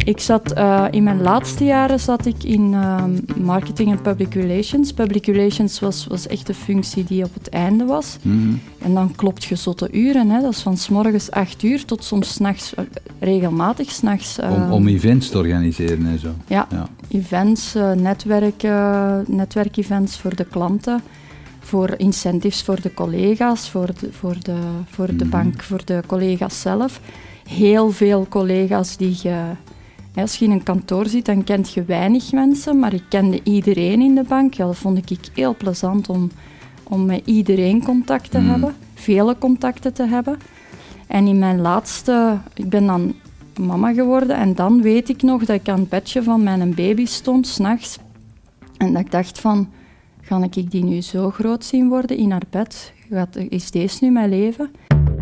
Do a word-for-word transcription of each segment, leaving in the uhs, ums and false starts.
Ik zat, uh, in mijn laatste jaren zat ik in uh, marketing en public relations. Public relations was, was echt de functie die op het einde was. Mm-hmm. En dan klopt je zotte uren. Hè. Dat is van 's morgens acht uur tot soms 's nachts, uh, regelmatig 's nachts. Uh, om, om events te organiseren en zo. Ja, ja. events, uh, netwerken, netwerkevents voor de klanten. Voor incentives voor de collega's, voor de, voor de, voor de mm-hmm. bank, voor de collega's zelf. Heel veel collega's die je... Als je in een kantoor zit, dan kent je weinig mensen, maar ik kende iedereen in de bank. Ja, dat vond ik heel plezant om, om met iedereen contact te mm. hebben, vele contacten te hebben. En in mijn laatste... Ik ben dan mama geworden en dan weet ik nog dat ik aan het bedje van mijn baby stond, 's nachts. En dat ik dacht van, ga ik die nu zo groot zien worden in haar bed? Is deze nu mijn leven?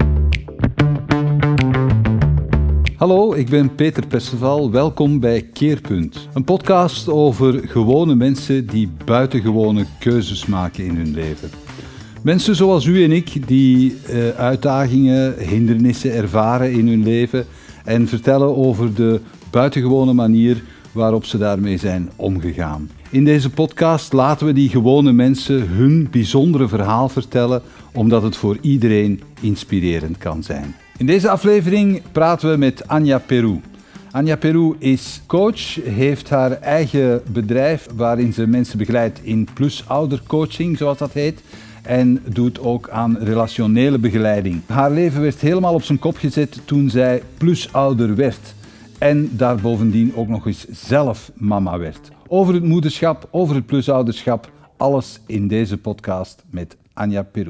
Hallo, ik ben Peter Perceval. Welkom bij Keerpunt. Een podcast over gewone mensen die buitengewone keuzes maken in hun leven. Mensen zoals u en ik die uh, uitdagingen, hindernissen ervaren in hun leven en vertellen over de buitengewone manier waarop ze daarmee zijn omgegaan. In deze podcast laten we die gewone mensen hun bijzondere verhaal vertellen, omdat het voor iedereen inspirerend kan zijn. In deze aflevering praten we met Anja Peru. Anja Peru is coach, heeft haar eigen bedrijf waarin ze mensen begeleidt in plusoudercoaching, zoals dat heet. En doet ook aan relationele begeleiding. Haar leven werd helemaal op zijn kop gezet toen zij plusouder werd. En daar bovendien ook nog eens zelf mama werd. Over het moederschap, over het plusouderschap, alles in deze podcast met Anja Peru.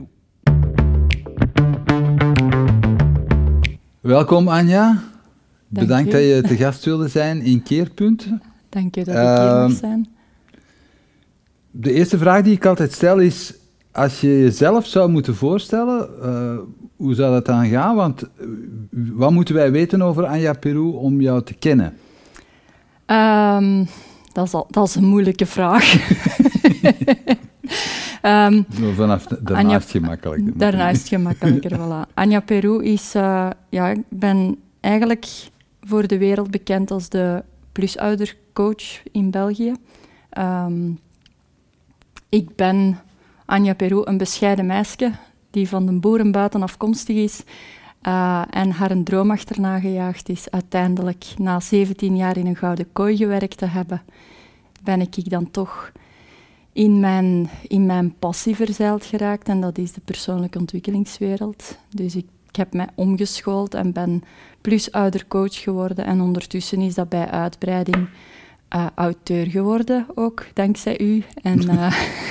Welkom Anja. Dank Bedankt u. dat je te gast wilde zijn in Keerpunt. Dank je dat ik uh, hier mag zijn. De eerste vraag die ik altijd stel is, als je jezelf zou moeten voorstellen, uh, hoe zou dat dan gaan? Want uh, wat moeten wij weten over Anja Peru om jou te kennen? Um, dat, is al, dat is een moeilijke vraag. um, Vanaf daarna Anja, is het gemakkelijker. Daarna is het gemakkelijker, voilà. Anja Peru is... Uh, ja, ik ben eigenlijk voor de wereld bekend als de plusoudercoach in België. Um, ik ben Anja Peru, een bescheiden meisje die van de boerenbuiten afkomstig is uh, en haar een droom achterna gejaagd is. Uiteindelijk, na zeventien jaar in een gouden kooi gewerkt te hebben, ben ik dan toch in mijn, in mijn passie verzeild geraakt. En dat is de persoonlijke ontwikkelingswereld. Dus ik, ik heb mij omgeschoold en ben plusoudercoach geworden. En ondertussen is dat bij uitbreiding uh, auteur geworden, ook dankzij u. En, uh,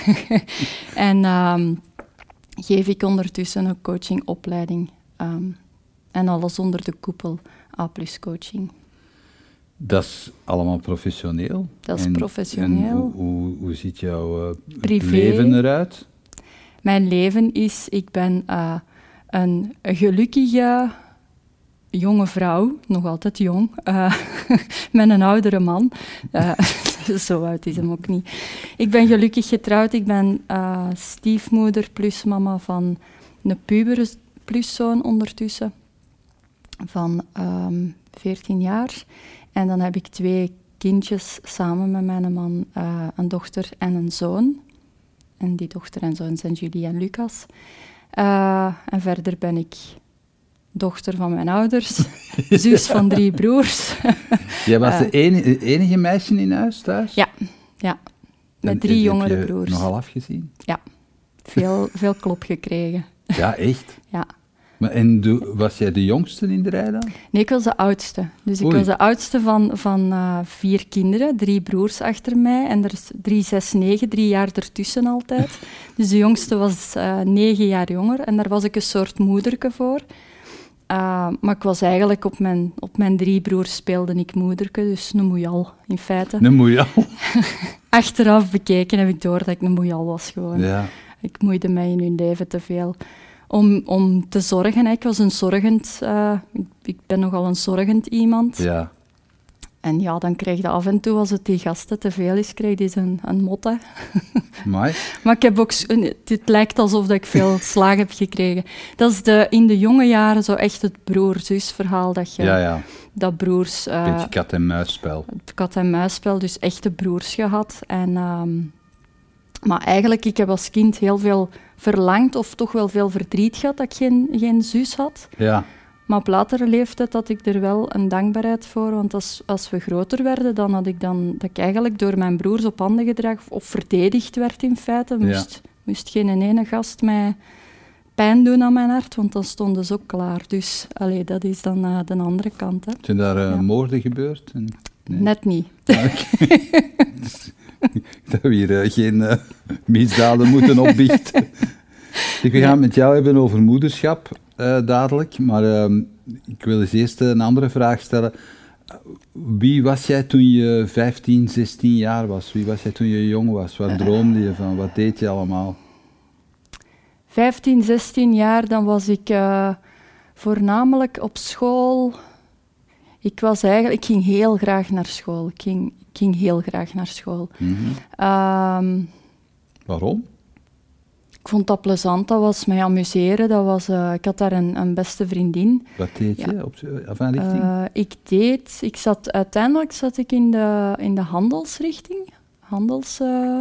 en um, geef ik ondertussen een coachingopleiding. Um, en alles onder de koepel A plus coaching. Dat is allemaal professioneel? Dat is en, professioneel. En hoe, hoe, hoe ziet jouw uh, Privé. leven eruit? Mijn leven is, ik ben uh, een gelukkige jonge vrouw, nog altijd jong, uh, met een oudere man. Uh, zo oud is hem ook niet. Ik ben gelukkig getrouwd, ik ben uh, stiefmoeder plus mama van een puber pluszoon ondertussen, van um, veertien jaar. En dan heb ik twee kindjes samen met mijn man, uh, een dochter en een zoon. En die dochter en zoon zijn Julie en Lucas. Uh, en verder ben ik dochter van mijn ouders, zus van drie broers. Jij was uh, de enige, enige meisje in huis thuis? Ja, ja. Met en, drie jongere heb je broers. Nogal afgezien? Ja, veel, veel klop gekregen. Ja, echt? Ja. Maar en de, was jij de jongste in de rij dan? Nee, ik was de oudste. Dus ik Oei. was de oudste van, van uh, vier kinderen, drie broers achter mij. En er is drie, zes, negen, drie jaar ertussen altijd. Dus de jongste was uh, negen jaar jonger. En daar was ik een soort moederke voor. Uh, maar ik was eigenlijk op mijn, op mijn drie broers speelde ik moederke, dus een moeial in feite. Een moeial? Achteraf bekeken heb ik door dat ik een moeial was gewoon. Ja. Ik moeide mij in hun leven te veel. Om, om te zorgen, ik was een zorgend... Uh, ik, ik ben nogal een zorgend iemand. Ja. En ja, dan kreeg je af en toe, als het die gasten te veel is, kreeg je een, een mot, hè. Maar? Maar ik heb ook... Het lijkt alsof ik veel slaag heb gekregen. Dat is de, in de jonge jaren zo echt het broer-zus verhaal dat je, ja, ja. dat broers... Een Uh, beetje kat-en-muisspel. Het kat-en-muisspel, dus echte broers gehad. En, um, maar eigenlijk, ik heb als kind heel veel verlangd of toch wel veel verdriet gehad dat ik geen, geen zus had. Ja. Maar op latere leeftijd had ik er wel een dankbaarheid voor, want als, als we groter werden, dan had ik dan dat ik eigenlijk door mijn broers op handen gedragen of verdedigd werd in feite. Moest, ja. moest geen ene gast mij pijn doen aan mijn hart, want dan stonden ze ook klaar. Dus allee, dat is dan uh, de andere kant. Hè. Zijn daar uh, ja. moorden gebeurd? En, nee. Net niet. Ah, okay. Dus, dat we hier uh, geen uh, misdaden moeten opbiechten. Ik we gaan het met jou hebben over moederschap, uh, dadelijk. Maar uh, ik wil eens eerst een andere vraag stellen. Wie was jij toen je vijftien, zestien jaar was? Wie was jij toen je jong was? Waar droomde je van? Wat deed je allemaal? vijftien, zestien jaar, dan was ik uh, voornamelijk op school. Ik, was eigenlijk, ik ging heel graag naar school. Ik ging, ik ging heel graag naar school. Mm-hmm. Um, Waarom? Ik vond dat plezant, dat was mij amuseren. Dat was, uh, ik had daar een, een beste vriendin. Wat deed je ja. op van richting? Uh, ik deed, ik zat, uiteindelijk zat ik in de, in de handelsrichting. Handels, uh,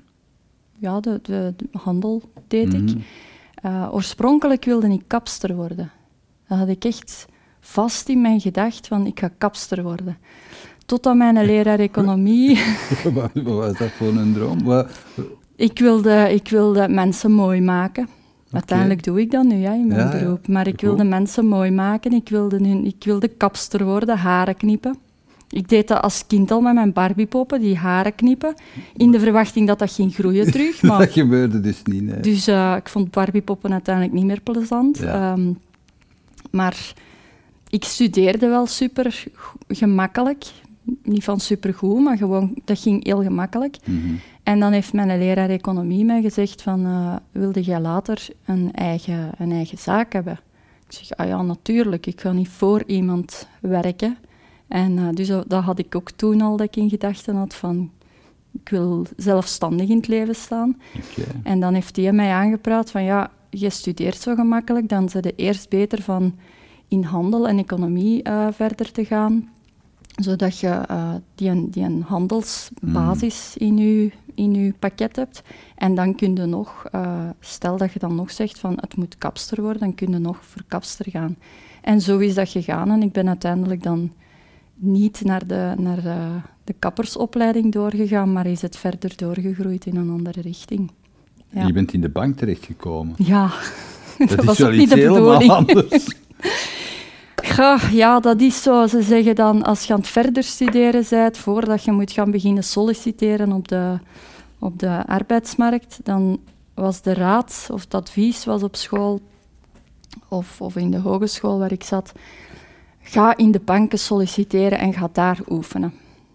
ja, de, de, de handel deed mm-hmm. ik. Uh, oorspronkelijk wilde ik kapster worden. Dat had ik echt vast in mijn gedacht van ik ga kapster worden. Totdat mijn leraar economie... Wat was dat voor een droom? Wat... Ik wilde, ik wilde mensen mooi maken. Okay. Uiteindelijk doe ik dat nu ja, in mijn ja, beroep. Maar ik wilde mensen mooi maken. Ik wilde, nu, ik wilde kapster worden, haren knippen. Ik deed dat als kind al met mijn Barbiepoppen, die haren knippen. In de verwachting dat dat ging groeien terug. Maar dat gebeurde dus niet, nee. Dus uh, ik vond Barbiepoppen uiteindelijk niet meer plezant. Ja. Um, maar ik studeerde wel super gemakkelijk. Niet van supergoed, maar gewoon, dat ging heel gemakkelijk. Mm-hmm. En dan heeft mijn leraar economie mij gezegd van, uh, wilde jij later een eigen, een eigen zaak hebben? Ik zeg, ah ja, natuurlijk, ik ga niet voor iemand werken. En uh, dus dat had ik ook toen al dat ik in gedachten had van, ik wil zelfstandig in het leven staan. Okay. En dan heeft hij mij aangepraat van, ja, je studeert zo gemakkelijk, dan is het eerst beter van in handel en economie uh, verder te gaan, zodat je uh, die, een, die een handelsbasis mm. in, je, in je pakket hebt. En dan kun je nog, uh, stel dat je dan nog zegt van het moet kapster worden, dan kun je nog voor kapster gaan. En zo is dat gegaan en ik ben uiteindelijk dan niet naar de, naar de, de kappersopleiding doorgegaan, maar is het verder doorgegroeid in een andere richting. Ja. Je bent in de bank terechtgekomen. Ja, dat, dat was is ook niet de bedoeling. Anders. Ja, ja, dat is zo. Ze zeggen dan, als je aan het verder studeren bent, voordat je moet gaan beginnen solliciteren op de, op de arbeidsmarkt, dan was de raad of het advies was op school of, of in de hogeschool waar ik zat, ga in de banken solliciteren en ga daar oefenen.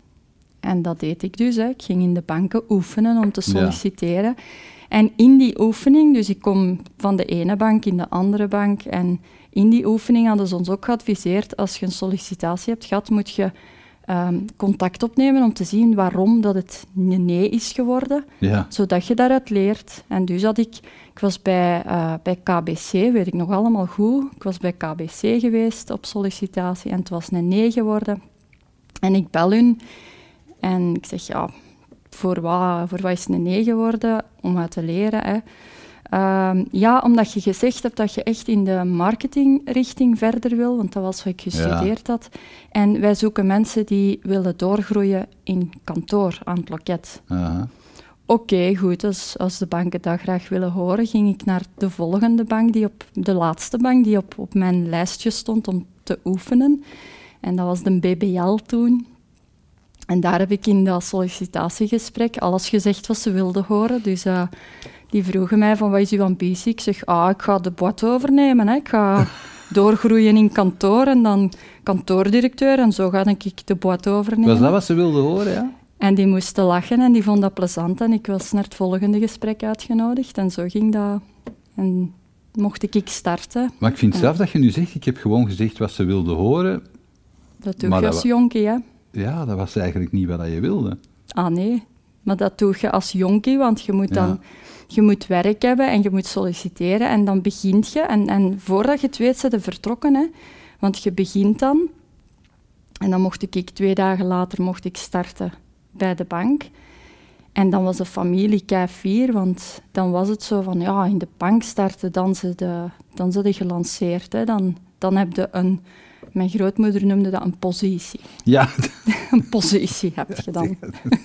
En dat deed ik dus. Hè. Ik ging in de banken oefenen om te solliciteren. Ja. En in die oefening, dus ik kom van de ene bank in de andere bank en in die oefening hadden ze ons ook geadviseerd, als je een sollicitatie hebt gehad, moet je um, contact opnemen om te zien waarom dat het een nee is geworden, ja. zodat je daaruit leert. En dus had ik, ik was bij, uh, bij K B C, weet ik nog allemaal goed, ik was bij K B C geweest op sollicitatie en het was een nee geworden. En ik bel hun en ik zeg, ja, voor wat, voor wat is het een nee geworden? Om uit te leren, hè. Um, ja, omdat je gezegd hebt dat je echt in de marketingrichting verder wil, want dat was wat ik gestudeerd ja. had. En wij zoeken mensen die willen doorgroeien in kantoor, aan het loket. Uh-huh. Oké, okay, goed, dus als de banken dat graag willen horen, ging ik naar de volgende bank, die op, de laatste bank die op, op mijn lijstje stond om te oefenen. En dat was de B B L toen. En daar heb ik in dat sollicitatiegesprek alles gezegd wat ze wilden horen. Dus uh, die vroegen mij van, wat is uw ambitie? Ik zeg, ah, ik ga de boîte overnemen. Hè. Ik ga doorgroeien in kantoor en dan kantoordirecteur. En zo ga ik de boîte overnemen. Was dat wat ze wilden horen, ja? En die moesten lachen en die vonden dat plezant. En ik was naar het volgende gesprek uitgenodigd. En zo ging dat. En mocht ik starten. Maar ik vind het straf dat je nu zegt, ik heb gewoon gezegd wat ze wilden horen. Dat doe je als wa- jonkie, hè? Ja, dat was eigenlijk niet wat je wilde. Ah, nee. Maar dat doe je als jonkie, want je moet dan... Ja. Je moet werk hebben en je moet solliciteren en dan begint je. En, en voordat je het weet, zit je vertrokken, hè. Want je begint dan En dan mocht ik, twee dagen later mocht ik starten bij de bank. En dan was de familie kei fier, want dan was het zo van, ja, in de bank starten, dan ze de, dan ze de gelanceerd. Hè. Dan, dan heb je een, mijn grootmoeder noemde dat een positie. Ja. Een positie heb je dan.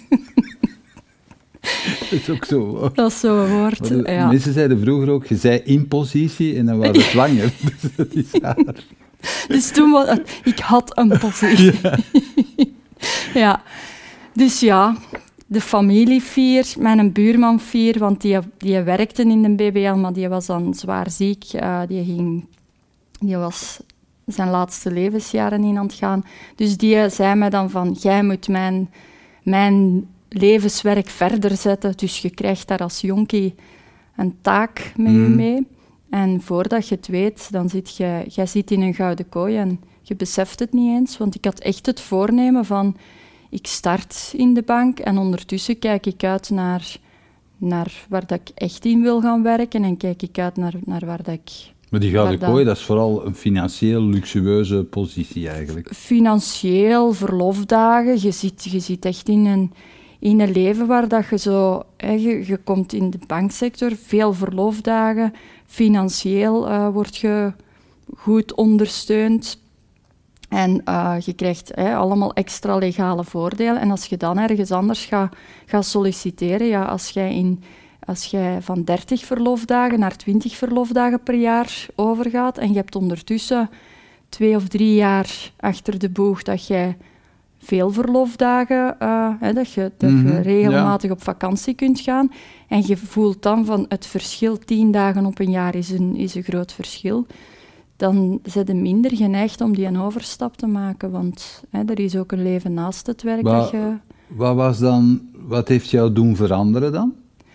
Dat is ook zo. Hoor. Dat is zo'n woord, de, ja. Mensen zeiden vroeger ook, je zei in positie en dan waren we zwanger. Dus dat is raar. Dus toen was het, ik had een positie. Ja. Ja. Dus ja, de familie fier, mijn buurman fier, want die, die werkte in de B B L, maar die was dan zwaar ziek. Uh, die, ging, die was zijn laatste levensjaren in aan het gaan. Dus die zei mij dan van, jij moet mijn, mijn levenswerk verder zetten, dus je krijgt daar als jonkie een taak met mm. je mee. En voordat je het weet, dan zit je, jij zit in een gouden kooi en je beseft het niet eens. Want ik had echt het voornemen van, ik start in de bank en ondertussen kijk ik uit naar, naar waar dat ik echt in wil gaan werken en kijk ik uit naar, naar waar dat ik... Maar die gouden kooi, dat is vooral een financieel luxueuze positie eigenlijk. Financieel, verlofdagen, je zit, je zit echt in een... in een leven waar dat je zo... Hè, je, je komt in de banksector, veel verlofdagen, financieel uh, word je goed ondersteund en uh, je krijgt hè, allemaal extra legale voordelen. En als je dan ergens anders gaat ga solliciteren, ja, als jij, in, als jij van dertig verlofdagen naar twintig verlofdagen per jaar overgaat en je hebt ondertussen twee of drie jaar achter de boeg dat jij veel verlofdagen, uh, hè, dat, je, dat mm-hmm, je regelmatig ja. op vakantie kunt gaan. En je voelt dan van het verschil, tien dagen op een jaar is een, is een groot verschil. Dan zijn ze minder geneigd om die een overstap te maken, want hè, er is ook een leven naast het werk. Wat, dat je... wat, was dan, wat heeft jou doen veranderen dan?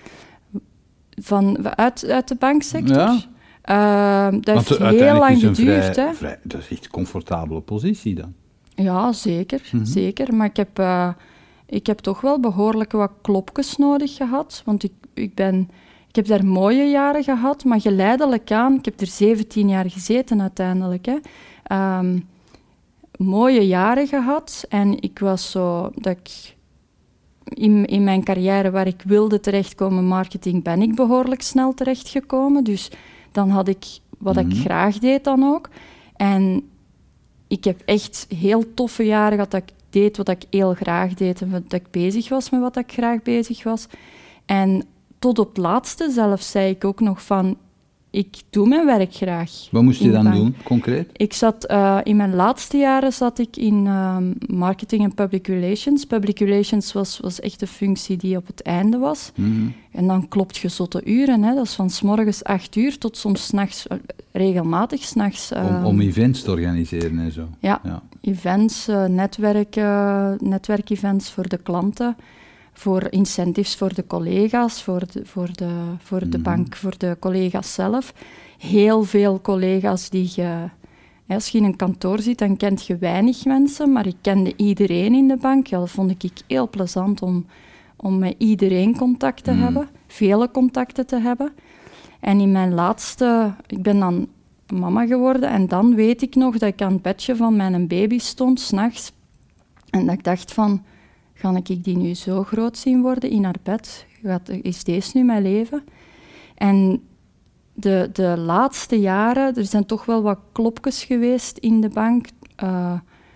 Van, uit, uit de banksector? Ja. Uh, dat want heeft heel lang geduurd. Vrij, hè. Vrij, dat is echt een comfortabele positie dan. Ja, zeker, mm-hmm. zeker. Maar ik heb, uh, ik heb toch wel behoorlijk wat klopjes nodig gehad. Want ik, ik, ben, ik heb daar mooie jaren gehad, maar geleidelijk aan... Ik heb er zeventien jaar gezeten uiteindelijk. Hè. Um, mooie jaren gehad. En ik was zo... dat ik in, in mijn carrière waar ik wilde terechtkomen, marketing, ben ik behoorlijk snel terechtgekomen. Dus dan had ik wat mm-hmm. ik graag deed dan ook. En... Ik heb echt heel toffe jaren gehad dat ik deed wat ik heel graag deed en dat ik bezig was met wat ik graag bezig was. En tot op het laatste zelfs zei ik ook nog van, ik doe mijn werk graag. Wat moest je dan bank. doen, concreet? Ik zat, uh, in mijn laatste jaren zat ik in uh, marketing en public relations. Public relations was, was echt een functie die op het einde was. Mm-hmm. En dan klopt je zotte uren. Hè. Dat is van 's morgens acht uur tot soms 's nachts, uh, regelmatig 's nachts. Uh, om, om events te organiseren en zo. Ja, ja. events, uh, netwerk, uh, netwerkevents voor de klanten. Voor incentives voor de collega's, voor de, voor de, voor de mm-hmm. bank, voor de collega's zelf. Heel veel collega's die je... Als je in een kantoor zit, dan kent je weinig mensen, maar ik kende iedereen in de bank. Ja, dat vond ik heel plezant om, om met iedereen contact te mm. hebben, vele contacten te hebben. En in mijn laatste... Ik ben dan mama geworden en dan weet ik nog dat ik aan het bedje van mijn baby stond, 's nachts. En dat ik dacht van... Ga ik die nu zo groot zien worden in haar bed? Is deze nu mijn leven? En de, de laatste jaren, er zijn toch wel wat klopjes geweest in de bank. Uh,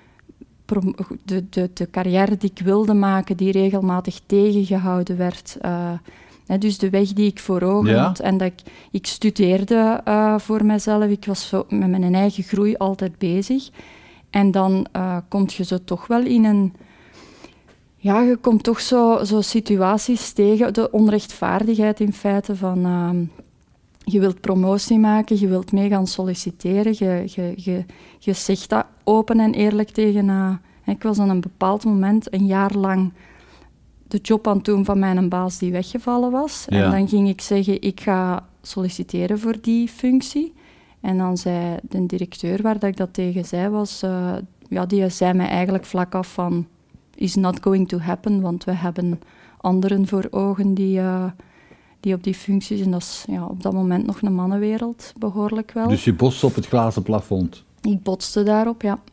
de, de, de carrière die ik wilde maken, die regelmatig tegengehouden werd. Uh, hè, dus de weg die ik voor ogen ja. had. En dat ik, ik studeerde uh, voor mezelf. Ik was zo met mijn eigen groei altijd bezig. En dan uh, kom je zo toch wel in een... Ja, je komt toch zo, zo situaties tegen, de onrechtvaardigheid in feite van... Uh, je wilt promotie maken, je wilt mee gaan solliciteren, je, je, je, je zegt dat open en eerlijk tegen... Uh, ik was aan een bepaald moment een jaar lang de job aan het doen van mijn baas die weggevallen was. Ja. En dan ging ik zeggen, ik ga solliciteren voor die functie. En dan zei de directeur waar dat ik dat tegen zei, was... Uh, ja, die zei mij eigenlijk vlak af van... is not going to happen, want we hebben anderen voor ogen die, uh, die op die functies... En dat is ja, op dat moment nog een mannenwereld, behoorlijk wel. Dus je botste op het glazen plafond? Ik botste daarop, ja.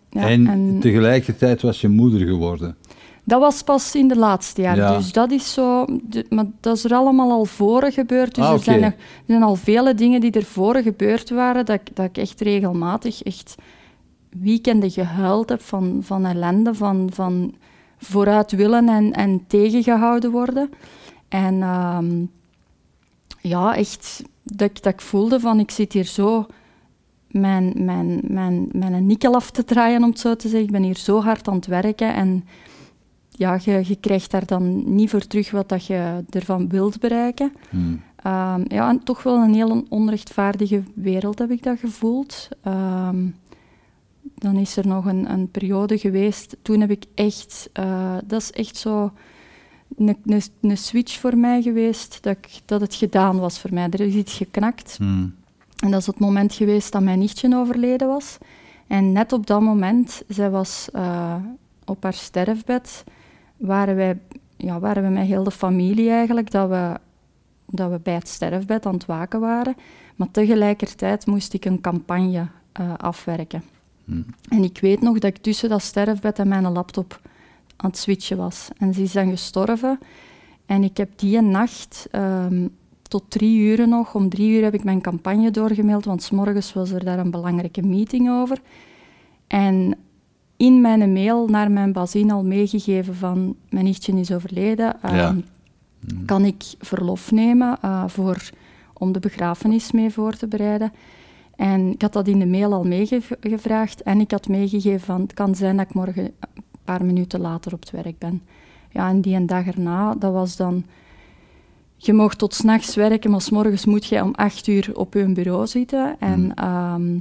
Ja, en, en tegelijkertijd was je moeder geworden. Dat was pas in de laatste jaren. Ja. Dus dat is zo... De, maar dat is er allemaal al voor gebeurd. Dus ah, er, okay. zijn er, er zijn al vele dingen die er voor gebeurd waren, dat, ik- dat ik echt regelmatig echt weekenden gehuild heb van, van ellende, van, van vooruit willen en, en tegengehouden worden. En ehm, ja, echt dat ik, dat ik voelde van, ik zit hier zo mijn, mijn, mijn, mijn nikkel af te draaien, om het zo te zeggen. Ik ben hier zo hard aan het werken en ja, je, je krijgt daar dan niet voor terug wat dat je ervan wilt bereiken. Hmm. Um, ja, en toch wel een heel onrechtvaardige wereld heb ik dat gevoeld. Um, dan is er nog een, een periode geweest, toen heb ik echt, uh, dat is echt zo een, een, een switch voor mij geweest, dat, ik, dat het gedaan was voor mij. Er is iets geknakt. Hmm. En dat is het moment geweest dat mijn nichtje overleden was. En net op dat moment, zij was uh, op haar sterfbed, waren wij, ja, waren we met heel de familie eigenlijk, dat we, dat we bij het sterfbed aan het waken waren. Maar tegelijkertijd moest ik een campagne uh, afwerken. Hmm. En ik weet nog dat ik tussen dat sterfbed en mijn laptop aan het switchen was. En ze is dan gestorven. En ik heb die nacht, um, tot drie uur nog, om drie uur heb ik mijn campagne doorgemaild, want 's morgens was er daar een belangrijke meeting over. En in mijn mail naar mijn bazin al meegegeven van, mijn nichtje is overleden, uh, Ja. Hmm. kan ik verlof nemen uh, voor, om de begrafenis mee voor te bereiden. En ik had dat in de mail al meegevraagd en ik had meegegeven van, het kan zijn dat ik morgen een paar minuten later op het werk ben. Ja, en die een dag erna, dat was dan, je mag tot 's nachts werken, maar 's morgens moet je om acht uur op je bureau zitten. En, Mm. um,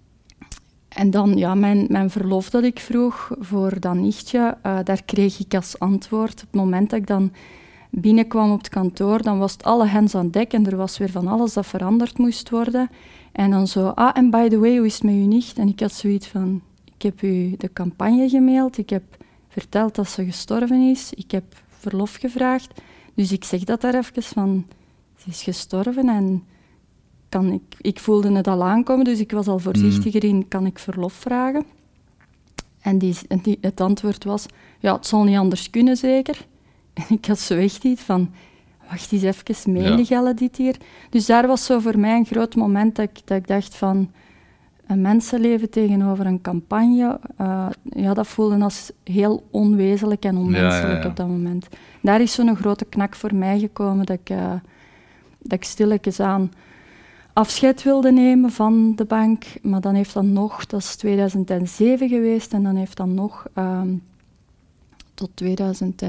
en dan, ja, mijn, mijn verlof dat ik vroeg voor dat nichtje, uh, daar kreeg ik als antwoord, op het moment dat ik dan binnenkwam op het kantoor, dan was het alle hens aan dek en er was weer van alles dat veranderd moest worden. En dan zo, ah, en by the way, hoe is het met uw nicht? En ik had zoiets van, ik heb u de campagne gemaild, ik heb verteld dat ze gestorven is, ik heb verlof gevraagd. Dus ik zeg dat daar even van, ze is gestorven en kan ik, ik voelde het al aankomen, dus ik was al voorzichtiger in, kan ik verlof vragen? En die, die, het antwoord was, ja, het zal niet anders kunnen zeker. En ik had zo echt iets van, wacht eens even, meende jij dit hier? Dus daar was zo voor mij een groot moment dat ik, dat ik dacht van, een mensenleven tegenover een campagne, uh, ja, dat voelde als heel onwezenlijk en onmenselijk ja, ja, ja. op dat moment. Daar is zo'n grote knak voor mij gekomen dat ik, uh, dat ik stilletjes aan afscheid wilde nemen van de bank, maar dan heeft dat nog, dat is tweeduizend zeven geweest, en dan heeft dat nog um, tot tweeduizend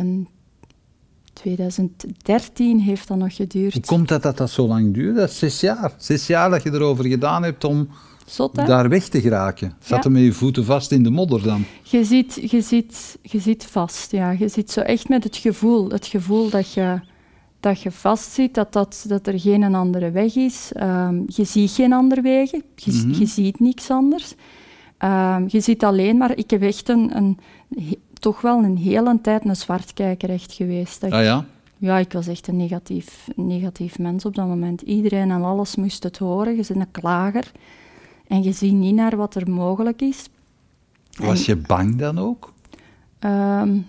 tweeduizend dertien heeft dat nog geduurd. Hoe komt dat dat, dat zo lang duurt? Dat is zes jaar. Zes jaar dat je erover gedaan hebt om Zot, daar weg te geraken. Zat ja. er met je voeten vast in de modder dan? Je zit, je zit, je zit vast, ja. Je zit zo echt met het gevoel, het gevoel dat je, dat je vastzit, dat, dat, dat er geen andere weg is. Um, je ziet geen andere wegen, je, mm-hmm. je ziet niks anders. Um, je zit alleen, maar ik heb echt een, een, toch wel een hele tijd een zwartkijker echt geweest. Ah ja? Ja, ik was echt een negatief, negatief mens op dat moment. Iedereen en alles moest het horen. Je bent een klager. En je ziet niet naar wat er mogelijk is. Was en, je bang dan ook? Um,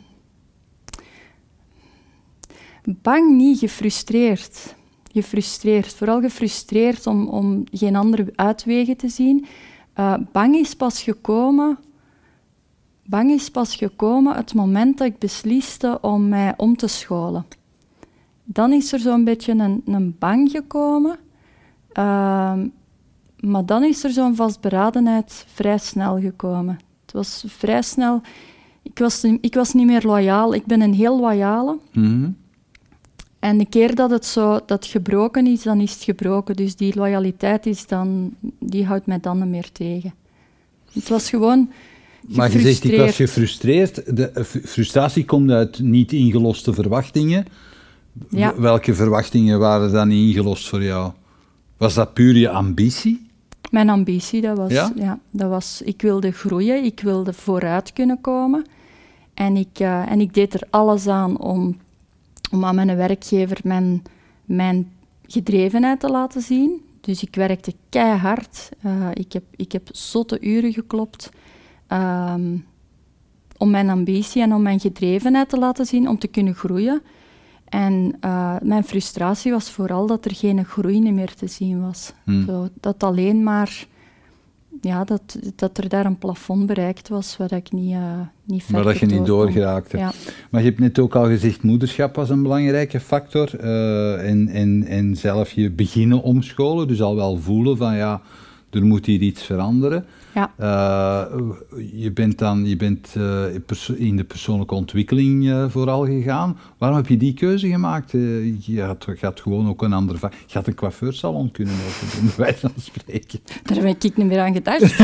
bang niet, gefrustreerd. Gefrustreerd. Vooral gefrustreerd om, om geen andere uitwegen te zien. Uh, bang is pas gekomen... Bang is pas gekomen het moment dat ik besliste om mij om te scholen. Dan is er zo'n beetje een, een bang gekomen. Uh, maar dan is er zo'n vastberadenheid vrij snel gekomen. Het was vrij snel... Ik was, ik was niet meer loyaal. Ik ben een heel loyale. Mm-hmm. En de keer dat het zo dat gebroken is, dan is het gebroken. Dus die loyaliteit is dan, die houdt mij dan niet meer tegen. Het was gewoon... Maar je zegt, ik was gefrustreerd. De frustratie komt uit niet ingeloste verwachtingen. Ja. Welke verwachtingen waren dan niet ingelost voor jou? Was dat puur je ambitie? Mijn ambitie, dat was, ja? Ja, dat was... Ik wilde groeien, ik wilde vooruit kunnen komen. En ik, uh, en ik deed er alles aan om, om aan mijn werkgever mijn, mijn gedrevenheid te laten zien. Dus ik werkte keihard. Uh, ik, heb, ik heb zotte uren geklopt. um, om mijn ambitie en om mijn gedrevenheid te laten zien, om te kunnen groeien. En uh, mijn frustratie was vooral dat er geen groei meer te zien was. Hmm. Zo, dat alleen maar... Ja, dat, dat er daar een plafond bereikt was waar ik niet, uh, niet verder Maar dat je niet doorgeraakte. Ja. Maar je hebt net ook al gezegd, moederschap was een belangrijke factor. Uh, en, en, en zelf je beginnen omscholen, dus al wel voelen van ja, er moet hier iets veranderen. Ja. Uh, je bent dan je bent, uh, in de persoonlijke ontwikkeling uh, vooral gegaan. Waarom heb je die keuze gemaakt? Uh, je, had, je had gewoon ook een andere vak. Je had een coiffeursalon kunnen openen, bij wijze van spreken. Daar heb ik niet meer aan gedacht.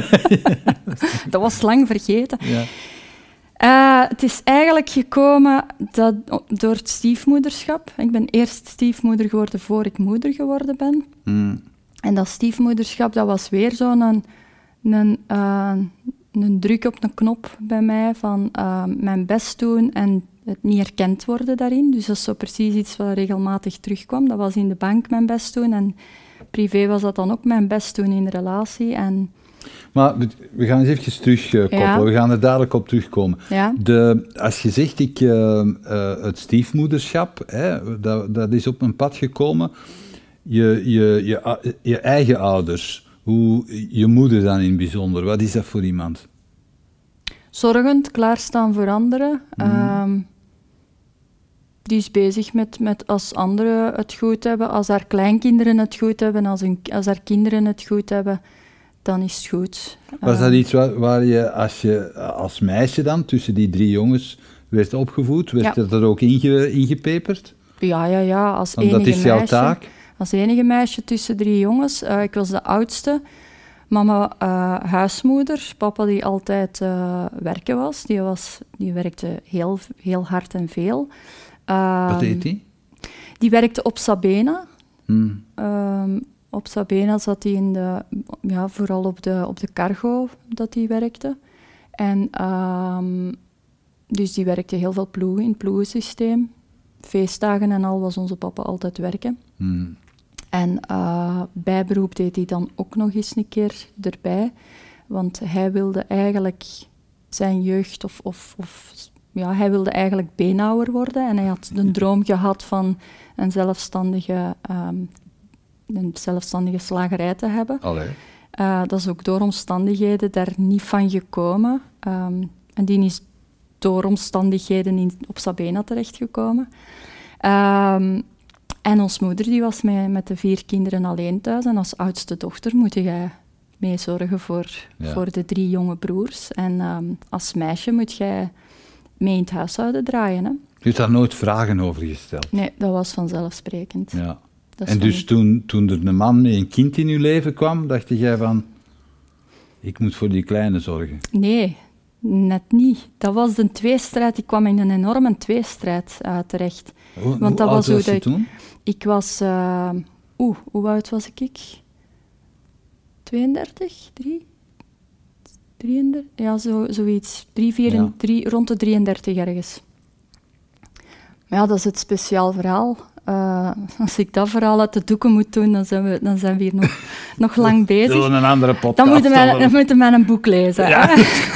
Dat was lang vergeten. Ja. Uh, het is eigenlijk gekomen dat, door het stiefmoederschap. Ik ben eerst stiefmoeder geworden voor ik moeder geworden ben. Hmm. En dat stiefmoederschap, dat was weer zo'n... Een, Een, uh, een druk op een knop bij mij van uh, mijn best doen en het niet erkend worden daarin. Dus dat is zo precies iets wat regelmatig terugkwam. Dat was in de bank mijn best doen en privé was dat dan ook mijn best doen in de relatie. En... Maar we gaan eens even terugkoppelen, uh, ja. we gaan er dadelijk op terugkomen. Ja. De, als je zegt, ik, uh, uh, het stiefmoederschap, hè, dat, dat is op mijn pad gekomen, je, je, je, je eigen ouders... Hoe, je moeder dan in het bijzonder, wat is dat voor iemand? Zorgend, klaarstaan voor anderen. Mm. Um, die is bezig met, met als anderen het goed hebben, als haar kleinkinderen het goed hebben, als, hun, als haar kinderen het goed hebben, dan is het goed. Was dat iets waar, waar je, als je als meisje dan, tussen die drie jongens, werd opgevoed? Werd ja. dat er ook inge, ingepeperd? Ja, ja, ja. Als Want enige dat is jouw meisje, taak? Als enige meisje tussen drie jongens. Uh, ik was de oudste. Mama uh, huismoeder. Papa die altijd uh, werken was. Die, was. die werkte heel, heel hard en veel. Uh, Wat deed hij? Die werkte op Sabena. Hmm. Uh, op Sabena zat hij in de... Ja, vooral op de, op de cargo dat hij werkte. En uh, dus die werkte heel veel ploegen in het ploegensysteem. Feestdagen en al was onze papa altijd werken. Hmm. En uh, bijberoep deed hij dan ook nog eens een keer erbij. Want hij wilde eigenlijk zijn jeugd... Of, of, of, ja, hij wilde eigenlijk beenhouwer worden. En hij had de droom gehad van een zelfstandige, um, een zelfstandige slagerij te hebben. Allee. Uh, dat is ook door omstandigheden daar niet van gekomen. Um, en die is door omstandigheden in, op Sabena terechtgekomen. Um, en ons moeder die was met, met de vier kinderen alleen thuis. En als oudste dochter moet jij mee zorgen voor, ja. voor de drie jonge broers. En um, als meisje moet jij mee in het huishouden draaien. Hè? Je hebt daar nooit vragen over gesteld? Nee, dat was vanzelfsprekend. Ja. En dus van... toen, toen er een man met een kind in je leven kwam, dacht jij van... Ik moet voor die kleine zorgen. Nee, net niet. Dat was een tweestrijd. Ik kwam in een enorme tweestrijd uh, terecht. Hoe, Want dat hoe was oud was je ik, toen? Ik was... Uh, Oeh, hoe oud was ik? tweeëndertig? drie? drieëndertig? Ja, zo, zoiets. Drie, vier, ja. drie, rond de drieëndertig ergens. Maar ja, dat is het speciaal verhaal. Uh, als ik dat verhaal uit de doeken moet doen, dan zijn we, dan zijn we hier nog, nog lang bezig. Dat is een andere podcast. Dan moeten wij, dan moeten wij een boek lezen. Ja,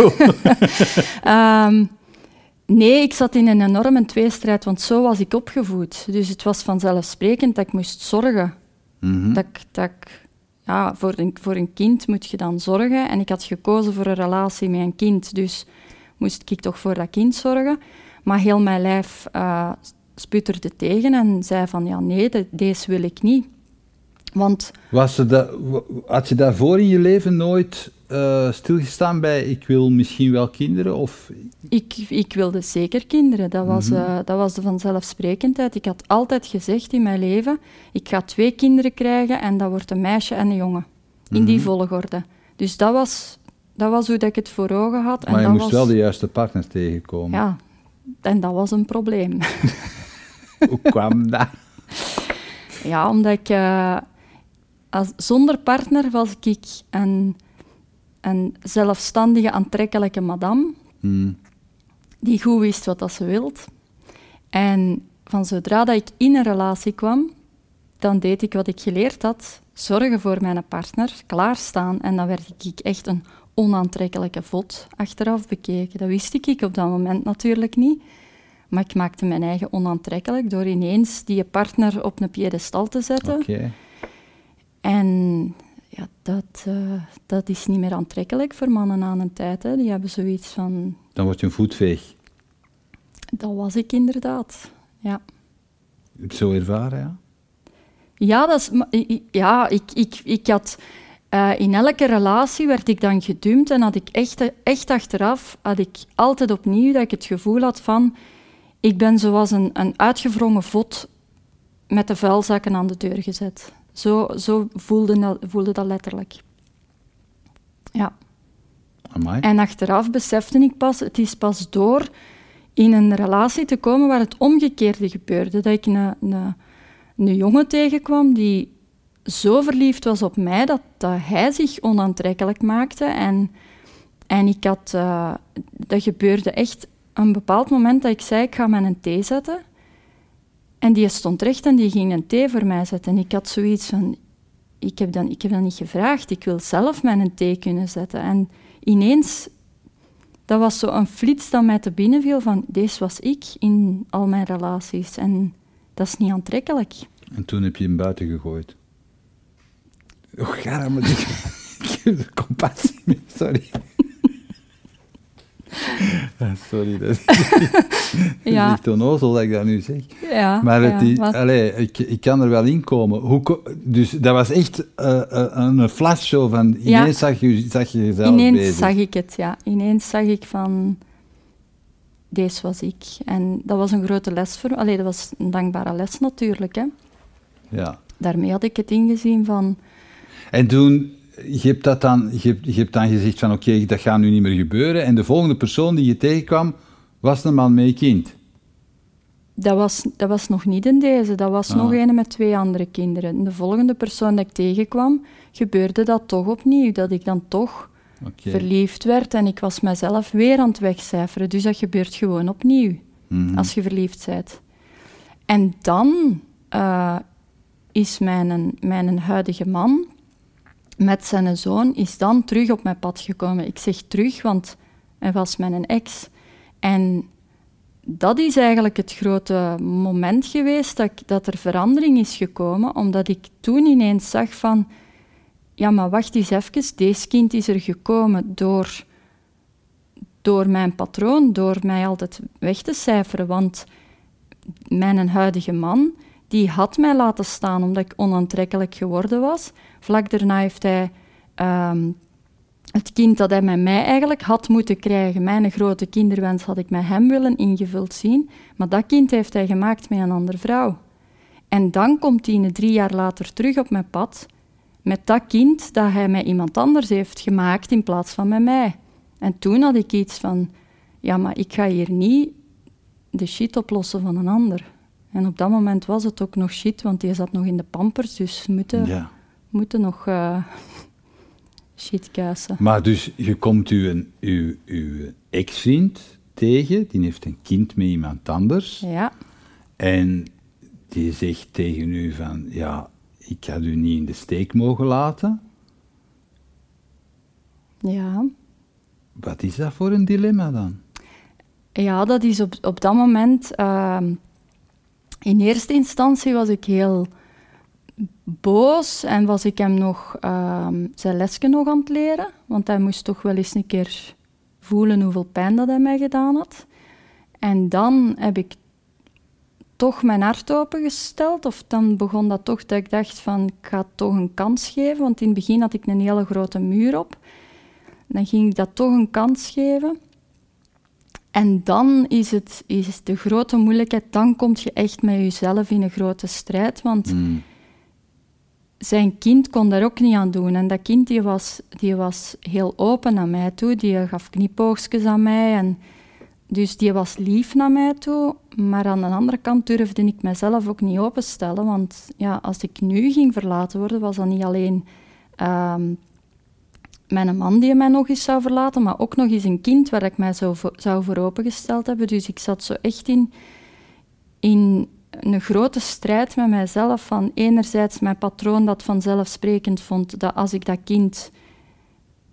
um, nee, ik zat in een enorme tweestrijd, want zo was ik opgevoed. Dus het was vanzelfsprekend dat ik moest zorgen. Mm-hmm. Dat, dat ik, ja, voor, een, voor een kind moet je dan zorgen. En ik had gekozen voor een relatie met een kind, dus moest ik toch voor dat kind zorgen. Maar heel mijn lijf uh, sputterde tegen en zei van, ja, nee, de, deze wil ik niet. Want... Was er dat, had je daarvoor in je leven nooit uh, stilgestaan bij, ik wil misschien wel kinderen? Of... Ik, ik wilde zeker kinderen, dat was, mm-hmm. uh, dat was de vanzelfsprekendheid. Ik had altijd gezegd in mijn leven, ik ga twee kinderen krijgen en dat wordt een meisje en een jongen. In mm-hmm. die volgorde. Dus dat was, dat was hoe dat ik het voor ogen had. Maar en je dat moest was... wel de juiste partner tegenkomen. Ja, en dat was een probleem. Hoe kwam dat? Ja, omdat ik... Uh, als, zonder partner was ik een, een zelfstandige, aantrekkelijke madame, hmm. die goed wist wat dat ze wilt. En van zodra dat ik in een relatie kwam, dan deed ik wat ik geleerd had, zorgen voor mijn partner, klaarstaan. En dan werd ik echt een onaantrekkelijke vod achteraf bekeken. Dat wist ik op dat moment natuurlijk niet. Maar ik maakte mijn eigen onaantrekkelijk door ineens die partner op een piedestal te zetten. Okay. En ja, dat, uh, dat is niet meer aantrekkelijk voor mannen aan een tijd. Hè. Die hebben zoiets van... Dan word je een voetveeg. Dat was ik inderdaad, ja. Heb je zo ervaren, ja? Ja, dat is, ja ik, ik, ik had... Uh, in elke relatie werd ik dan gedumpt en had ik echt, echt achteraf had ik altijd opnieuw dat ik het gevoel had van... Ik ben zoals een, een uitgewrongen vod met de vuilzakken aan de deur gezet. Zo, zo voelde, dat, voelde dat letterlijk. Ja. Amai. En achteraf besefte ik pas, het is pas door in een relatie te komen waar het omgekeerde gebeurde. Dat ik een, een, een jongen tegenkwam die zo verliefd was op mij dat, dat hij zich onaantrekkelijk maakte. En, en ik had, uh, dat gebeurde echt een bepaald moment dat ik zei, ik ga mijn thee zetten. En die stond recht en die ging een thee voor mij zetten. En ik had zoiets van, ik heb dat, ik heb dat niet gevraagd, ik wil zelf mijn thee kunnen zetten. En ineens, dat was zo een flits dat mij te binnen viel van, deze was ik in al mijn relaties. En dat is niet aantrekkelijk. En toen heb je hem buiten gegooid. Oh, ga maar niet. Ik heb er compassie mee, sorry. Ja, sorry, dat is, ja. dat is echt onnozel dat ik dat nu zeg. Ja, maar het, ja, die, wat... allez, ik, ik kan er wel in komen. Hoe, dus dat was echt uh, uh, een flash zo van, ineens ja. zag, je, zag je jezelf ineens bezig. zag ik het, ja. Ineens zag ik van, deze was ik. En dat was een grote les voor me. Allee, dat was een dankbare les natuurlijk, hè. Ja. Daarmee had ik het ingezien van... En toen, je hebt, dat dan, je hebt, je hebt dan gezegd van oké, okay, dat gaat nu niet meer gebeuren. En de volgende persoon die je tegenkwam, was een man met een kind. Dat was, dat was nog niet in deze, dat was ah. nog een met twee andere kinderen. De volgende persoon dat ik tegenkwam, gebeurde dat toch opnieuw. Dat ik dan toch okay. verliefd werd en ik was mezelf weer aan het wegcijferen. Dus dat gebeurt gewoon opnieuw, mm-hmm. als je verliefd bent. En dan uh, is mijn, mijn huidige man... met zijn zoon, is dan terug op mijn pad gekomen. Ik zeg terug, want hij was mijn ex. En dat is eigenlijk het grote moment geweest dat, ik, dat er verandering is gekomen, omdat ik toen ineens zag van... Ja, maar wacht eens even, deze kind is er gekomen door, door mijn patroon, door mij altijd weg te cijferen. Want mijn huidige man... die had mij laten staan omdat ik onaantrekkelijk geworden was. Vlak daarna heeft hij um, het kind dat hij met mij eigenlijk had moeten krijgen. Mijn grote kinderwens had ik met hem willen ingevuld zien. Maar dat kind heeft hij gemaakt met een andere vrouw. En dan komt hij drie jaar later terug op mijn pad met dat kind dat hij met iemand anders heeft gemaakt in plaats van met mij. En toen had ik iets van... Ja, maar ik ga hier niet de shit oplossen van een ander. En op dat moment was het ook nog shit, want die zat nog in de pampers, dus we moeten, ja. moeten nog uh, shit kuisen. Maar dus je komt uw, uw, uw ex-vriend tegen, die heeft een kind met iemand anders. Ja. En die zegt tegen u van, ja, ik had u niet in de steek mogen laten. Ja. Wat is dat voor een dilemma dan? Ja, dat is op, op dat moment... Uh, In eerste instantie was ik heel boos en was ik hem nog uh, zijn lesje nog aan het leren, want hij moest toch wel eens een keer voelen hoeveel pijn dat hij mij gedaan had. En dan heb ik toch mijn hart opengesteld, of dan begon dat toch dat ik dacht van, ik ga het toch een kans geven, want in het begin had ik een hele grote muur op. Dan ging ik dat toch een kans geven. En dan is het is de grote moeilijkheid, dan kom je echt met jezelf in een grote strijd, want mm. zijn kind kon daar ook niet aan doen. En dat kind die was, die was heel open naar mij toe, die gaf knipoogstjes aan mij, en dus die was lief naar mij toe. Maar aan de andere kant durfde ik mezelf ook niet openstellen, want ja, als ik nu ging verlaten worden, was dat niet alleen... Um, mijn man die mij nog eens zou verlaten, maar ook nog eens een kind waar ik mij zou, zou voor opengesteld hebben. Dus ik zat zo echt in, in een grote strijd met mijzelf van enerzijds mijn patroon dat vanzelfsprekend vond dat als ik dat kind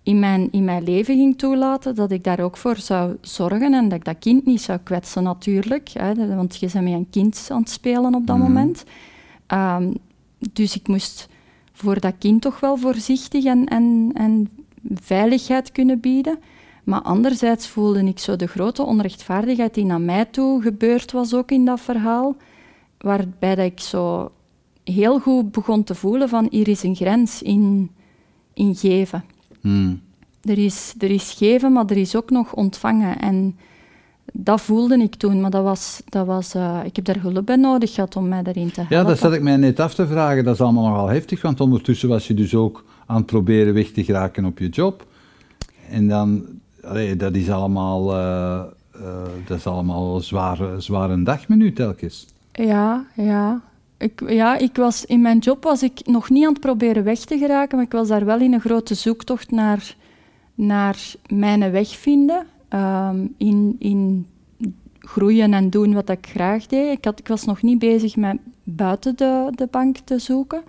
in mijn, in mijn leven ging toelaten, dat ik daar ook voor zou zorgen en dat ik dat kind niet zou kwetsen natuurlijk. Hè, want je bent met een kind aan het spelen op dat mm-hmm. moment. Um, dus ik moest voor dat kind toch wel voorzichtig en, en, en veiligheid kunnen bieden. Maar anderzijds voelde ik zo de grote onrechtvaardigheid die naar mij toe gebeurd was ook in dat verhaal, waarbij dat ik zo heel goed begon te voelen van hier is een grens in, in geven. Hmm. Er is, er is geven, maar er is ook nog ontvangen. En dat voelde ik toen, maar dat was, dat was, uh, ik heb daar hulp bij nodig gehad om mij daarin te helpen. Ja, dat zat ik mij net af te vragen. Dat is allemaal nogal heftig, want ondertussen was je dus ook aan het proberen weg te geraken op je job. En dan, allee, dat is allemaal, uh, uh, dat is allemaal zware, zware dag met u telkens. Ja, ja. Ik, ja, ik was, in mijn job was ik nog niet aan het proberen weg te geraken, maar ik was daar wel in een grote zoektocht naar, naar mijn weg vinden. Um, in, in groeien en doen wat ik graag deed. Ik, had, ik was nog niet bezig met buiten de, de bank te zoeken.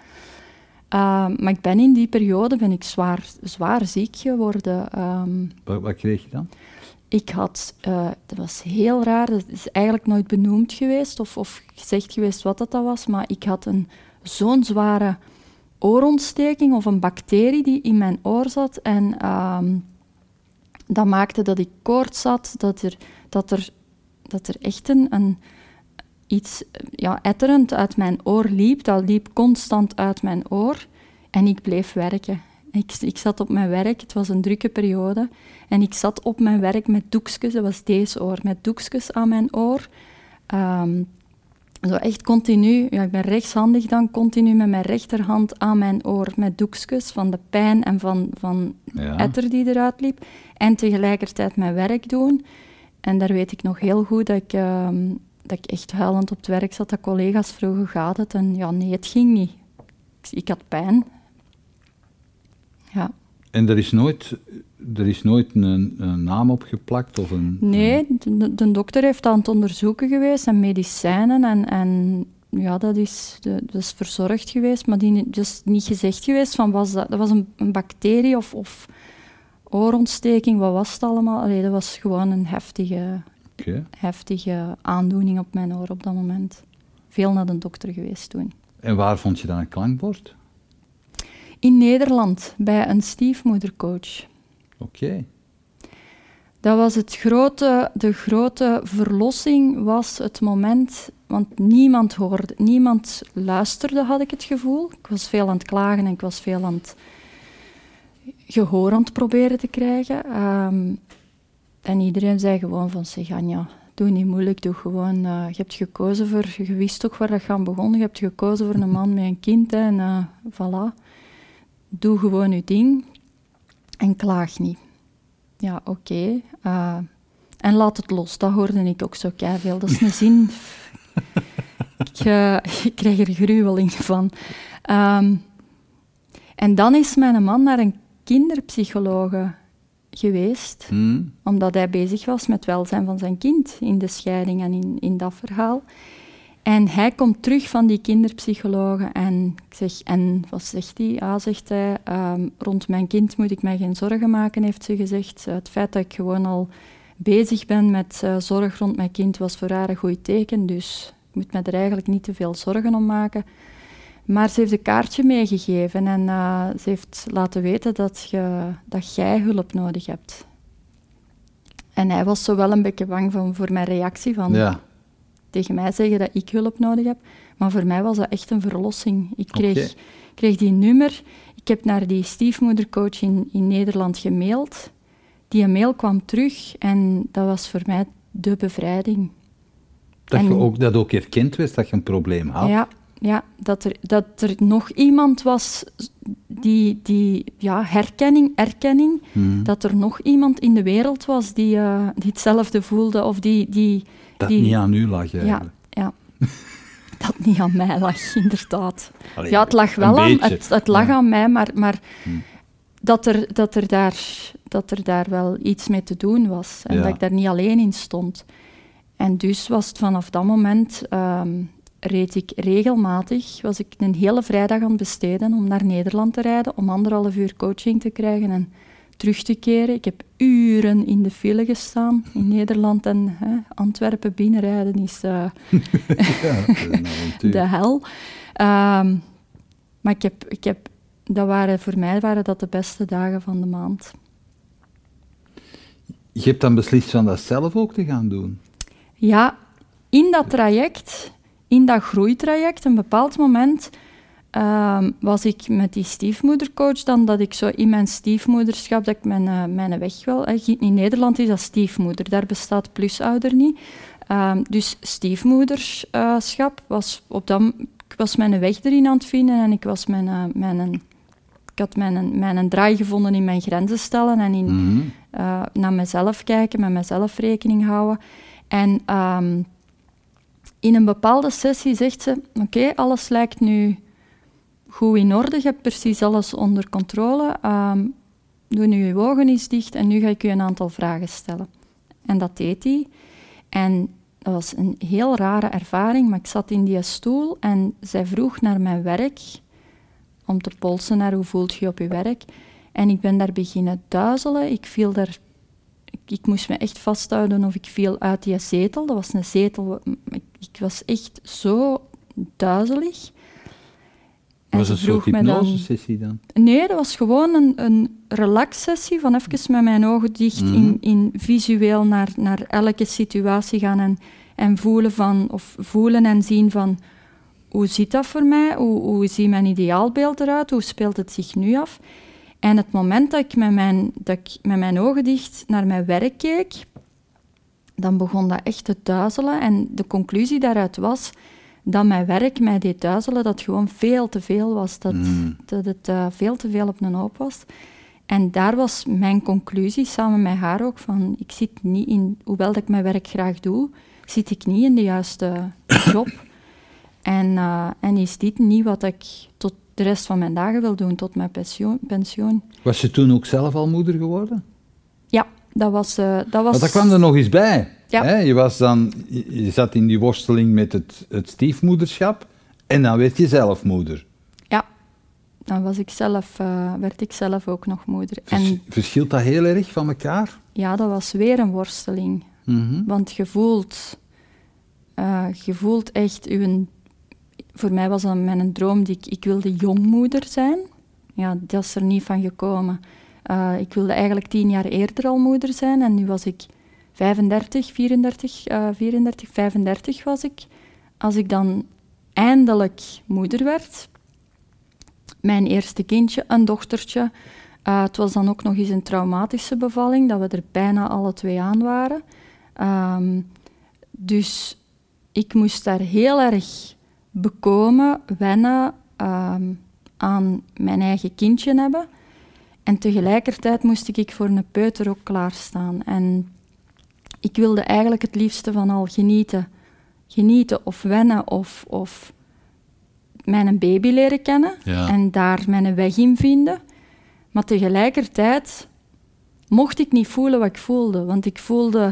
Um, maar ik ben in die periode ben ik zwaar, zwaar ziek geworden. Um, wat, wat kreeg je dan? Ik had, uh, dat was heel raar, dat is eigenlijk nooit benoemd geweest of, of gezegd geweest wat dat was, maar ik had een, zo'n zware oorontsteking of een bacterie die in mijn oor zat en um, dat maakte dat ik koorts had, dat er, dat er, dat er echt een, een, iets ja, etterend uit mijn oor liep, dat liep constant uit mijn oor en ik bleef werken. Ik, ik zat op mijn werk, het was een drukke periode, en ik zat op mijn werk met doekjes, dat was deze oor, met doekjes aan mijn oor. Um, zo echt continu, ja, ik ben rechtshandig dan, continu met mijn rechterhand aan mijn oor met doekjes van de pijn en van, van ja. etter die eruit liep. En tegelijkertijd mijn werk doen. En daar weet ik nog heel goed dat ik, um, dat ik echt huilend op het werk zat, dat collega's vroegen, gaat het? En ja, nee, het ging niet. Ik, ik had pijn. Ja. En er is nooit, er is nooit een, een naam opgeplakt? Of een, nee, de, de dokter heeft aan het onderzoeken geweest en medicijnen. En, en ja, dat is, de, dat is verzorgd geweest, maar die, dat is niet gezegd geweest van was dat, dat was een, een bacterie of, of oorontsteking, wat was het allemaal? Allee, dat was gewoon een heftige, okay. heftige aandoening op mijn oor op dat moment. Veel naar de dokter geweest toen. En waar vond je dan een klankbord? In Nederland, bij een stiefmoedercoach. Oké. Okay. Dat was het grote, de grote verlossing was het moment, want niemand hoorde, niemand luisterde, had ik het gevoel. Ik was veel aan het klagen en ik was veel aan het gehoor aan het proberen te krijgen. Um, en iedereen zei gewoon van, zeg Anja, doe niet moeilijk, doe gewoon, uh, je hebt gekozen voor, je wist toch waar dat gaan begonnen, je hebt gekozen voor een man met een kind, hè, en uh, voilà. Doe gewoon je ding en klaag niet. Ja, oké. Okay. Uh, en laat het los, dat hoorde ik ook zo keiveel. Dat is een zin... ik, uh, ik krijg er gruweling van. Um, en dan is mijn man naar een kinderpsychologe geweest, hmm. omdat hij bezig was met het welzijn van zijn kind in de scheiding en in, in dat verhaal. En hij komt terug van die kinderpsychologe en ik zeg, en wat zegt hij? Ja, zegt hij, um, rond mijn kind moet ik mij geen zorgen maken, heeft ze gezegd. Uh, het feit dat ik gewoon al bezig ben met uh, zorg rond mijn kind was voor haar een goed teken, dus ik moet me er eigenlijk niet te veel zorgen om maken. Maar ze heeft een kaartje meegegeven en uh, ze heeft laten weten dat, je, dat jij hulp nodig hebt. En hij was zo wel een beetje bang van, voor mijn reactie van... Ja. Tegen mij zeggen dat ik hulp nodig heb. Maar voor mij was dat echt een verlossing. Ik kreeg, okay. kreeg die nummer. Ik heb naar die stiefmoedercoach in, in Nederland gemaild. Die mail kwam terug en dat was voor mij de bevrijding. Dat, en, je ook, dat ook erkend werd dat je een probleem had. Ja, ja dat, er, dat er nog iemand was die... die ja, herkenning, erkenning. Hmm. Dat er nog iemand in de wereld was die, uh, die hetzelfde voelde of die... die Dat die, niet aan u lag eigenlijk. Ja, ja. Dat niet aan mij lag, inderdaad. Allee, ja, het lag wel aan, het, het lag ja. aan mij, maar, maar hmm. dat, er, dat, er daar, dat er daar wel iets mee te doen was. En ja. dat ik daar niet alleen in stond. En dus was het vanaf dat moment... Um, reed ik regelmatig, was ik een hele vrijdag aan het besteden om naar Nederland te rijden, om anderhalf uur coaching te krijgen. En terug te keren. Ik heb uren in de file gestaan in Nederland en hè, Antwerpen binnenrijden is uh, ja, de hel. Um, maar ik heb, ik heb, dat waren, voor mij waren dat de beste dagen van de maand. Je hebt dan beslist van dat zelf ook te gaan doen? Ja, in dat traject, in dat groeitraject, een bepaald moment um, was ik met die stiefmoedercoach dan, dat ik zo in mijn stiefmoederschap, dat ik mijn, uh, mijn weg wel... Uh, in Nederland is dat stiefmoeder, daar bestaat plusouder niet. Um, dus stiefmoederschap was op dat... Ik was mijn weg erin aan het vinden en ik was mijn... Uh, mijn ik had mijn, mijn draai gevonden in mijn grenzen stellen en in Mm-hmm. uh, naar mezelf kijken, met mezelf rekening houden. En um, in een bepaalde sessie zegt ze, oké, okay, alles lijkt nu goed in orde, je hebt precies alles onder controle. Um, doe nu je ogen eens dicht en nu ga ik u een aantal vragen stellen. En dat deed hij. En dat was een heel rare ervaring, maar ik zat in die stoel en zij vroeg naar mijn werk, om te polsen naar hoe voelt je op je werk. En ik ben daar beginnen duizelen. Ik viel daar... Ik, ik moest me echt vasthouden of ik viel uit die zetel. Dat was een zetel... Ik, ik was echt zo duizelig. Was het een soort hypnosesessie dan? Nee, dat was gewoon een, een relax-sessie van even met mijn ogen dicht mm. in, in visueel naar, naar elke situatie gaan en, en voelen van... Of voelen en zien van... Hoe zit dat voor mij? Hoe, hoe ziet mijn ideaalbeeld eruit? Hoe speelt het zich nu af? En het moment dat ik met mijn, dat ik met mijn ogen dicht naar mijn werk keek, dan begon dat echt te duizelen. En de conclusie daaruit was dat mijn werk mij deed duizelen, dat het gewoon veel te veel was. Dat, mm. dat het uh, veel te veel op een hoop was. En daar was mijn conclusie, samen met haar ook, van ik zit niet in... Hoewel dat ik mijn werk graag doe, zit ik niet in de juiste job. En, uh, en is dit niet wat ik tot de rest van mijn dagen wil doen, tot mijn pensioen. pensioen. Was je toen ook zelf al moeder geworden? Ja, dat was... Uh, dat was... Want daar kwam er nog eens bij. Ja. Hè? Je, was dan, je, je zat in die worsteling met het, het stiefmoederschap en dan werd je zelf moeder. Ja, dan was ik zelf, uh, werd ik zelf ook nog moeder. Vers, en, verschilt dat heel erg van elkaar? Ja, dat was weer een worsteling. Mm-hmm. Want je voelt, uh, je voelt echt uw... Voor mij was dat mijn droom, die ik, ik wilde jongmoeder zijn. Ja, dat is er niet van gekomen. Uh, ik wilde eigenlijk tien jaar eerder al moeder zijn en nu was ik vijfendertig, vierendertig, uh, vierendertig, vijfendertig was ik. Als ik dan eindelijk moeder werd, mijn eerste kindje, een dochtertje. Uh, het was dan ook nog eens een traumatische bevalling, dat we er bijna alle twee aan waren. Um, dus ik moest daar heel erg bekomen, wennen um, aan mijn eigen kindje hebben. En tegelijkertijd moest ik voor een peuter ook klaarstaan. En ik wilde eigenlijk het liefste van al genieten. Genieten of wennen of, of mijn baby leren kennen. Ja. En daar mijn weg in vinden. Maar tegelijkertijd mocht ik niet voelen wat ik voelde. Want ik voelde...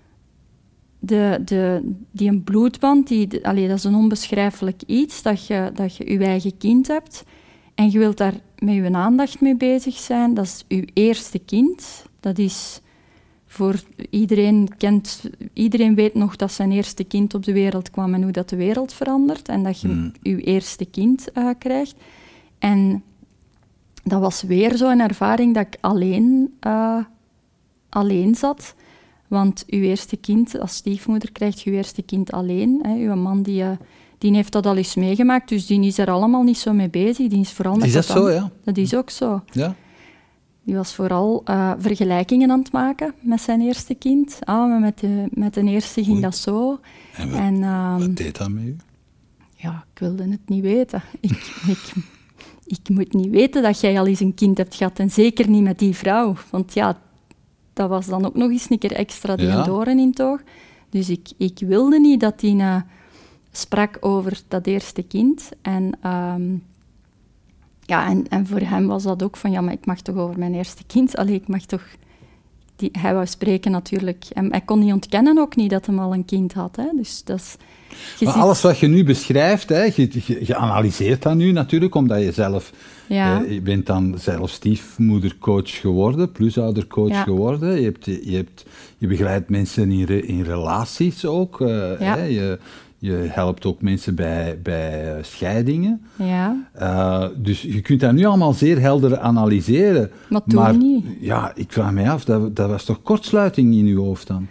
De, de, die een bloedband, die, de, allee, dat is een onbeschrijfelijk iets, dat je, dat je je eigen kind hebt en je wilt daar met je aandacht mee bezig zijn. Dat is je eerste kind. Dat is voor iedereen kent, iedereen weet nog dat zijn eerste kind op de wereld kwam en hoe dat de wereld verandert en dat je mm. je eerste kind uh, krijgt. En dat was weer zo'n ervaring dat ik alleen, uh, alleen zat. Want uw eerste kind, als stiefmoeder, krijgt je eerste kind alleen. Hè. Uw man die, uh, die heeft dat al eens meegemaakt, dus die is er allemaal niet zo mee bezig. Die is vooral met is dat zo, ja? Dat is ook zo. Ja. Die was vooral uh, vergelijkingen aan het maken met zijn eerste kind. Ah, maar met de, met de eerste ging Oei. dat zo. En, wat, en um, wat deed dat met u? Ja, ik wilde het niet weten. ik, ik, ik moet niet weten dat jij al eens een kind hebt gehad. En zeker niet met die vrouw. Want ja... Dat was dan ook nog eens een keer extra die ja. doren in het oog. Dus ik, ik wilde niet dat hij uh, sprak over dat eerste kind. En, um, ja, en, en voor hem was dat ook van, ja, maar ik mag toch over mijn eerste kind... Allee, ik mag toch... die, hij wou spreken natuurlijk. En hij kon niet ontkennen ook niet dat hij al een kind had. Hè. Dus dat is... Maar ziet... alles wat je nu beschrijft, hè, je, je, je analyseert dat nu natuurlijk, omdat je zelf... Ja. Eh, je bent dan zelf stiefmoedercoach geworden, plusoudercoach ja. geworden. Je, hebt, je, hebt, je begeleidt mensen in, re, in relaties ook. Uh, ja. hè, je, je helpt ook mensen bij, bij scheidingen. Ja. Uh, dus je kunt dat nu allemaal zeer helder analyseren. Maar toen maar, niet. Ja, ik vraag me af, dat, dat was toch kortsluiting in je hoofd dan?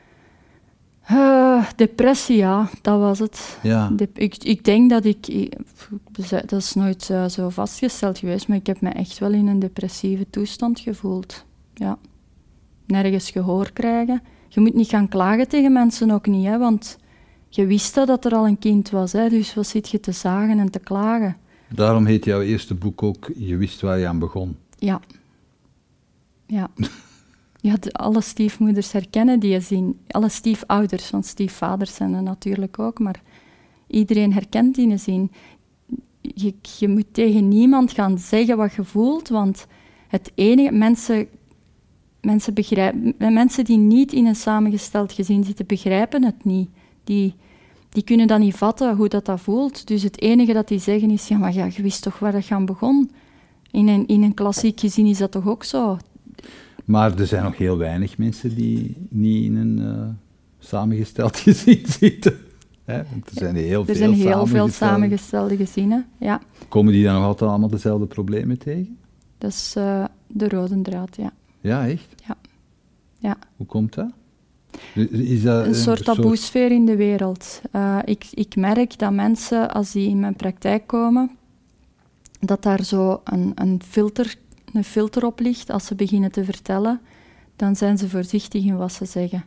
Uh, depressie, ja, dat was het. Ja. De, ik, ik denk dat ik, ik... Dat is nooit uh, zo vastgesteld geweest, maar ik heb me echt wel in een depressieve toestand gevoeld. Ja. Nergens gehoor krijgen. Je moet niet gaan klagen tegen mensen ook niet, hè, want je wist dat, dat er al een kind was, hè, dus wat zit je te zagen en te klagen? Daarom heet jouw eerste boek ook Je wist waar je aan begon. Ja. Ja. Ja, de, alle stiefmoeders herkennen die zin. Alle stiefouders, want stiefvaders zijn er natuurlijk ook, maar iedereen herkent die zin. Je, je moet tegen niemand gaan zeggen wat je voelt, want het enige... Mensen, mensen, begrijpen, mensen die niet in een samengesteld gezin zitten, begrijpen het niet. Die, die kunnen dat niet vatten, hoe dat, dat voelt. Dus het enige dat die zeggen is, ja, maar ja, je wist toch waar dat aan begon. In een, in een klassiek gezin is dat toch ook zo? Maar er zijn nog heel weinig mensen die niet in een uh, samengesteld gezin zitten. Hè? Er zijn heel, er veel, zijn heel samengestelde... veel samengestelde gezinnen, ja. Komen die dan nog altijd allemaal dezelfde problemen tegen? Dat is uh, de rode draad, ja. Ja, echt? Ja. ja. Hoe komt dat? Is dat een, een soort taboesfeer soort... in de wereld. Uh, ik, ik merk dat mensen, als die in mijn praktijk komen, dat daar zo een, een filter... een filter op ligt, als ze beginnen te vertellen, dan zijn ze voorzichtig in wat ze zeggen.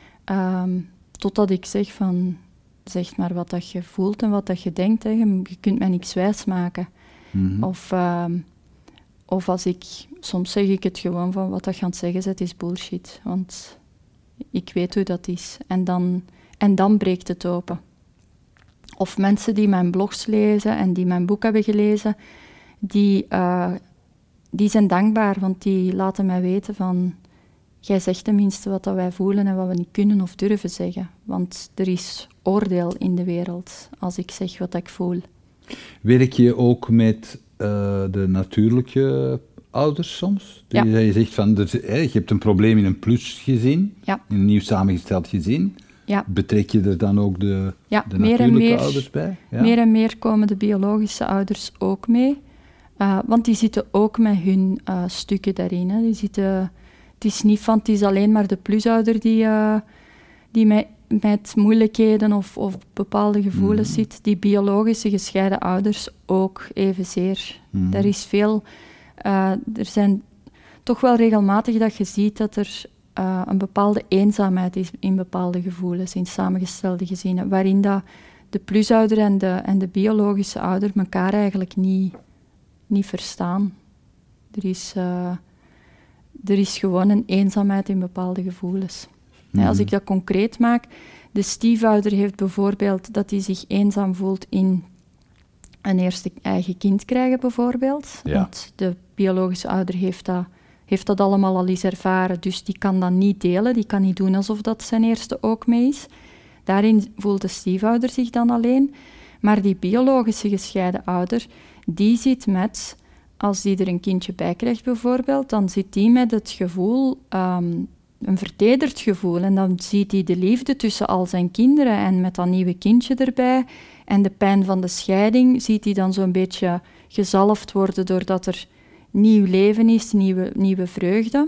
Um, totdat ik zeg van, zeg maar wat dat je voelt en wat dat je denkt, hè. Je, je kunt mij niks wijsmaken. Mm-hmm. Of, um, of als ik, soms zeg ik het gewoon van, wat dat je aan het zeggen bent, is bullshit, want ik weet hoe dat is. En dan, en dan breekt het open. Of mensen die mijn blogs lezen en die mijn boek hebben gelezen, die... Uh, Die zijn dankbaar, want die laten mij weten van... Jij zegt tenminste wat dat wij voelen en wat we niet kunnen of durven zeggen. Want er is oordeel in de wereld als ik zeg wat ik voel. Werk je ook met uh, de natuurlijke ouders soms? Ja. Je zegt van, er, hè, je hebt een probleem in een plusgezin, ja. in een nieuw samengesteld gezin. Ja. Betrek je er dan ook de, ja, de meer natuurlijke meer, ouders bij? Ja. Meer en meer komen de biologische ouders ook mee. Uh, want die zitten ook met hun uh, stukken daarin. Hè. Die zitten, het is niet van, het is alleen maar de plusouder die, uh, die met, met moeilijkheden of, of bepaalde gevoelens mm. zit. Die biologische gescheiden ouders ook evenzeer. Mm. Er is veel... Uh, er zijn toch wel regelmatig dat je ziet dat er uh, een bepaalde eenzaamheid is in bepaalde gevoelens, in samengestelde gezinnen, waarin dat de plusouder en de, en de biologische ouder elkaar eigenlijk niet... niet verstaan. Er is, uh, er is gewoon een eenzaamheid in bepaalde gevoelens. Mm-hmm. Ja, als ik dat concreet maak, de stiefouder heeft bijvoorbeeld dat hij zich eenzaam voelt in een eerste eigen kind krijgen bijvoorbeeld. Ja. Want de biologische ouder heeft dat, heeft dat allemaal al eens ervaren, dus die kan dat niet delen, die kan niet doen alsof dat zijn eerste ook mee is. Daarin voelt de stiefouder zich dan alleen. Maar die biologische gescheiden ouder, die zit met, als die er een kindje bij krijgt bijvoorbeeld, dan zit die met het gevoel, um, een vertederd gevoel. En dan ziet hij de liefde tussen al zijn kinderen en met dat nieuwe kindje erbij. En de pijn van de scheiding ziet hij dan zo'n beetje gezalfd worden doordat er nieuw leven is, nieuwe, nieuwe vreugde.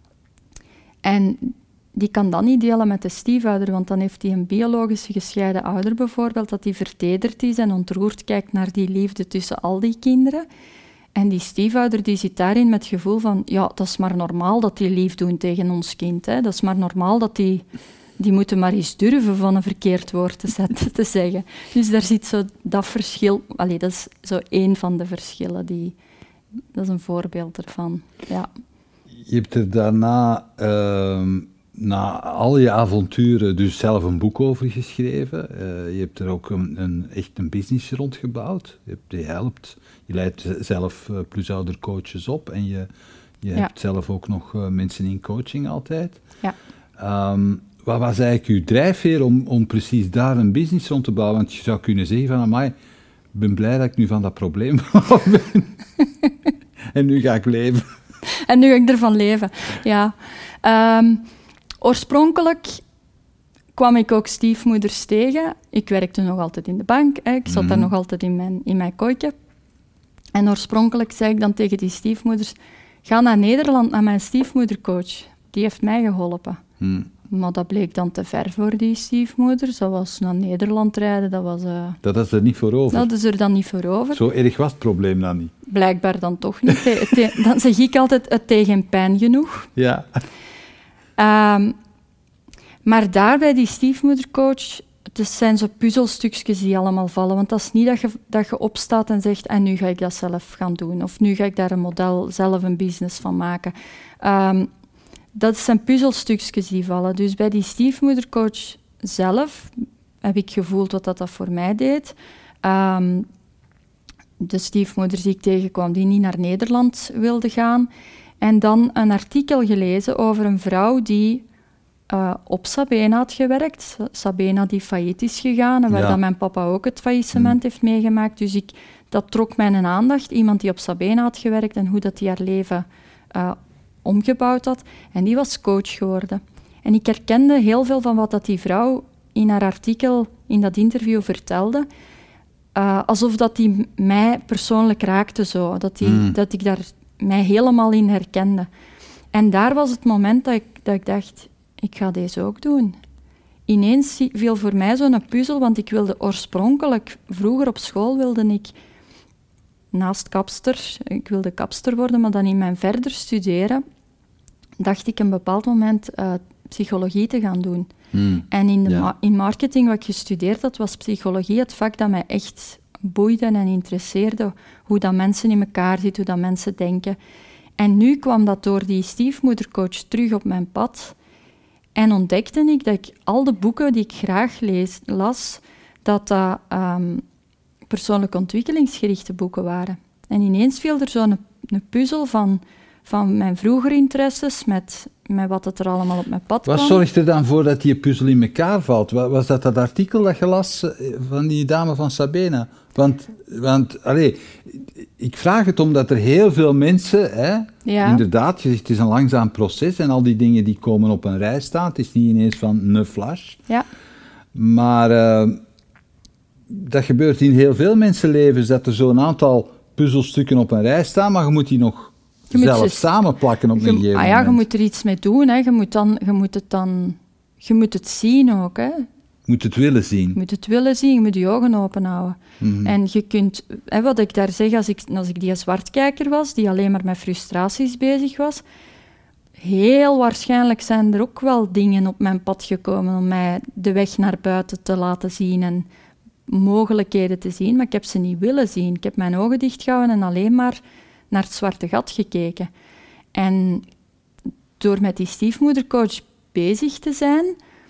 En die kan dat niet delen met de stiefouder, want dan heeft hij een biologische gescheiden ouder bijvoorbeeld, dat die vertederd is en ontroerd kijkt naar die liefde tussen al die kinderen. En die stiefouder die zit daarin met het gevoel van, ja, dat is maar normaal dat die lief doen tegen ons kind. Hè. Dat is maar normaal dat die... Die moeten maar eens durven van een verkeerd woord te, zetten, te zeggen. Dus daar zit zo dat verschil... Allee, dat is zo één van de verschillen. Die, dat is een voorbeeld ervan, ja. Je hebt er daarna... Uh... na al je avonturen dus zelf een boek over geschreven. Uh, je hebt er ook een, een, echt een business rondgebouwd. Je, hebt, je helpt, je leidt zelf uh, plusoudercoaches op en je, Je ja. hebt zelf ook nog uh, mensen in coaching altijd. Ja. Um, wat was eigenlijk uw drijfveer om, om precies daar een business rond te bouwen? Want je zou kunnen zeggen van, amai, ik ben blij dat ik nu van dat probleem af ben. En nu ga ik leven. En nu ga ik ervan leven, ja. Um, oorspronkelijk kwam ik ook stiefmoeders tegen. Ik werkte nog altijd in de bank. Hè. Ik zat mm. daar nog altijd in mijn, in mijn kooitje. En oorspronkelijk zei ik dan tegen die stiefmoeders, ga naar Nederland, naar mijn stiefmoedercoach. Die heeft mij geholpen. Mm. Maar dat bleek dan te ver voor die stiefmoeders. Dat was naar Nederland rijden. Dat was... Uh, dat is er niet voor over? Dat is er dan niet voor over. Zo erg was het probleem dan niet? Blijkbaar dan toch niet. het, het, dan zeg ik altijd, het tegen pijn genoeg. Ja. Um, maar daar bij die stiefmoedercoach, het zijn zo puzzelstukjes die allemaal vallen. Want dat is niet dat je, dat je opstaat en zegt, en nu ga ik dat zelf gaan doen. Of nu ga ik daar een model, zelf een business van maken. Um, dat zijn puzzelstukjes die vallen. Dus bij die stiefmoedercoach zelf heb ik gevoeld wat dat, dat voor mij deed. Um, de stiefmoeders die ik tegenkwam, die niet naar Nederland wilde gaan. En dan een artikel gelezen over een vrouw die uh, op Sabena had gewerkt. Sabena die failliet is gegaan en waar ja. dan mijn papa ook het faillissement mm. heeft meegemaakt. Dus ik, dat trok mijn aandacht. Iemand die op Sabena had gewerkt en hoe dat die haar leven uh, omgebouwd had. En die was coach geworden. En ik herkende heel veel van wat dat die vrouw in haar artikel, in dat interview vertelde. Uh, alsof dat die mij persoonlijk raakte zo. Dat, die, mm. dat ik daar mij helemaal in herkende. En daar was het moment dat ik, dat ik dacht, ik ga deze ook doen. Ineens viel voor mij zo'n puzzel, want ik wilde oorspronkelijk, vroeger op school wilde ik naast kapster, ik wilde kapster worden, maar dan in mijn verder studeren, dacht ik een bepaald moment uh, psychologie te gaan doen. Hmm. En in, de ja. ma- in marketing, wat ik gestudeerd had, was psychologie het vak dat mij echt boeide en interesseerde. Hoe dat mensen in elkaar zitten, hoe dat mensen denken. En nu kwam dat door die stiefmoedercoach terug op mijn pad. En ontdekte ik dat ik al de boeken die ik graag lees, las, dat dat um, persoonlijk ontwikkelingsgerichte boeken waren. En ineens viel er zo'n een puzzel van, van mijn vroegere interesses met, met wat het er allemaal op mijn pad kwam. Wat zorgt er dan voor dat die puzzel in elkaar valt? Was dat dat artikel dat je las van die dame van Sabena? Want, want allez, ik vraag het omdat er heel veel mensen, hè, ja. inderdaad, je zegt, het is een langzaam proces en al die dingen die komen op een rij staan. Het is niet ineens van een flash. Ja. Maar uh, dat gebeurt in heel veel mensenlevens, dat er zo'n aantal puzzelstukken op een rij staan, maar je moet die nog je zelf dus, samenplakken op een gegeven moment. Ah ja, je moet er iets mee doen. Hè. Je, moet dan, je moet het dan... Je moet het zien ook, hè. Je moet het willen zien. Je moet het willen zien, je moet je ogen open houden. Mm-hmm. En je kunt... Hè, wat ik daar zeg, als ik, als ik die zwartkijker was, die alleen maar met frustraties bezig was, heel waarschijnlijk zijn er ook wel dingen op mijn pad gekomen om mij de weg naar buiten te laten zien en mogelijkheden te zien, maar ik heb ze niet willen zien. Ik heb mijn ogen dichtgehouden en alleen maar naar het zwarte gat gekeken. En door met die stiefmoedercoach bezig te zijn,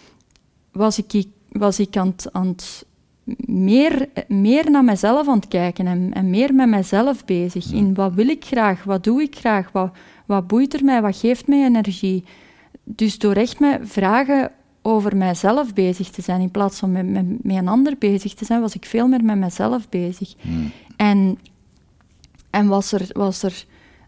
was ik, was ik aan het, aan het meer, meer naar mezelf aan het kijken en, en meer met mezelf bezig. In wat wil ik graag, wat doe ik graag, wat, wat boeit er mij, wat geeft mij energie. Dus door echt met vragen over mijzelf bezig te zijn, in plaats van met, met, met een ander bezig te zijn, was ik veel meer met mezelf bezig. Mm. En, en was er, was er...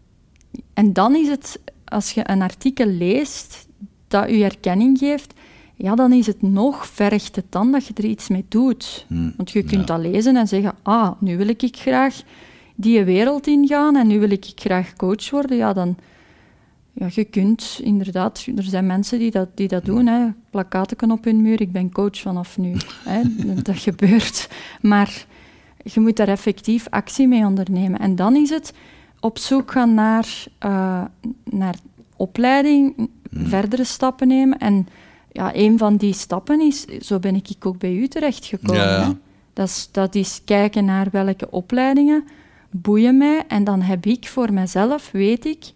En dan is het, als je een artikel leest dat je erkenning geeft, ja, dan is het nog, vergt het dan dat je er iets mee doet. Mm. Want je kunt ja. dat lezen en zeggen, ah, nu wil ik graag die wereld ingaan en nu wil ik graag coach worden. Ja, dan... Ja, je kunt inderdaad, er zijn mensen die dat, die dat doen, hè. Plakkaten op hun muur, ik ben coach vanaf nu. Hè. Dat gebeurt. Maar je moet daar effectief actie mee ondernemen. En dan is het op zoek gaan naar, uh, naar opleiding, mm. verdere stappen nemen. En ja, een van die stappen is, zo ben ik ook bij u terechtgekomen. Ja, ja. Hè. Dat is, dat is kijken naar welke opleidingen boeien mij. En dan heb ik voor mezelf, weet ik,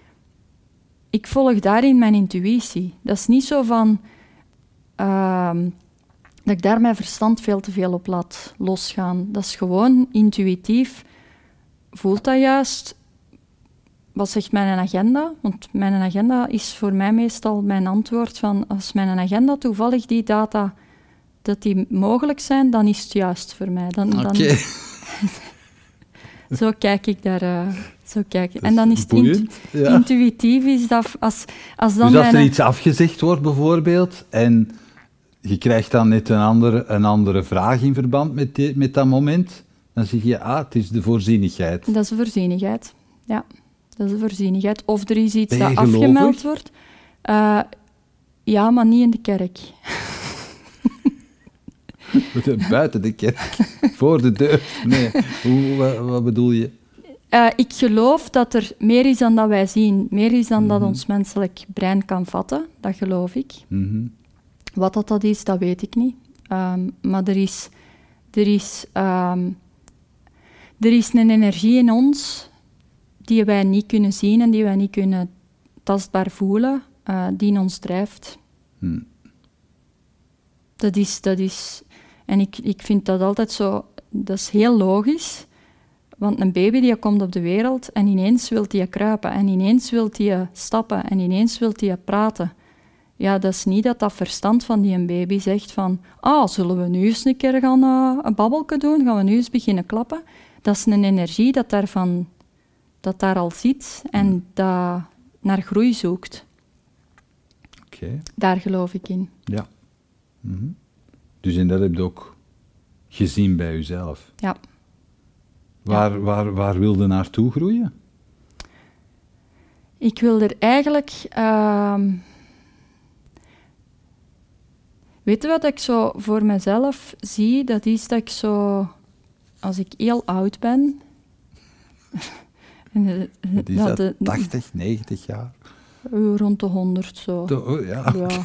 ik volg daarin mijn intuïtie. Dat is niet zo van uh, dat ik daar mijn verstand veel te veel op laat losgaan. Dat is gewoon intuïtief. Voelt dat juist? wat zegt mijn agenda? Want mijn agenda is voor mij meestal mijn antwoord van, als mijn agenda toevallig die data, dat die mogelijk zijn, dan is het juist voor mij. Dan, Oké. Okay. Zo kijk ik daar... Uh, zo kijk ik. En dan is het boeiend, intu- ja. intuïtief, is dat... Als, als dan dus als er mijn... iets afgezegd wordt bijvoorbeeld, en je krijgt dan net een andere, een andere vraag in verband met, die, met dat moment, dan zeg je, ah, het is de voorzienigheid. Dat is de voorzienigheid, ja. Dat is de voorzienigheid. Of er is iets Ben je dat gelovig? afgemeld wordt. Uh, ja, maar niet in de kerk. Buiten de kerk, voor de deur. Nee, Hoe, wat, wat bedoel je? Uh, ik geloof dat er meer is dan dat wij zien. Meer is dan mm-hmm. dat ons menselijk brein kan vatten. Dat geloof ik. Mm-hmm. Wat dat, dat is, dat weet ik niet. Um, maar er is, er, is, um, er is een energie in ons die wij niet kunnen zien en die wij niet kunnen tastbaar voelen, uh, die in ons drijft. Mm. Dat is... Dat is en ik, ik vind dat altijd zo... Dat is heel logisch. Want een baby die komt op de wereld en ineens wil hij kruipen en ineens wil hij stappen en ineens wil hij praten. Ja, dat is niet dat dat verstand van die een baby zegt van ah, zullen we nu eens een keer gaan uh, een babbelke doen? Gaan we nu eens beginnen klappen? Dat is een energie dat, daarvan, dat daar al zit en mm. dat naar groei zoekt. Okay. Daar geloof ik in. Ja. Mm-hmm. Dus en dat heb je ook gezien bij jezelf? Ja. Waar, ja. waar, waar wil je naartoe groeien? Ik wil er eigenlijk... Uh, weet je wat ik zo voor mezelf zie? Dat is dat ik zo... Als ik heel oud ben... en, Wat is dat? De, tachtig, negentig jaar? Rond de honderd, zo. De, oh, ja. Ja,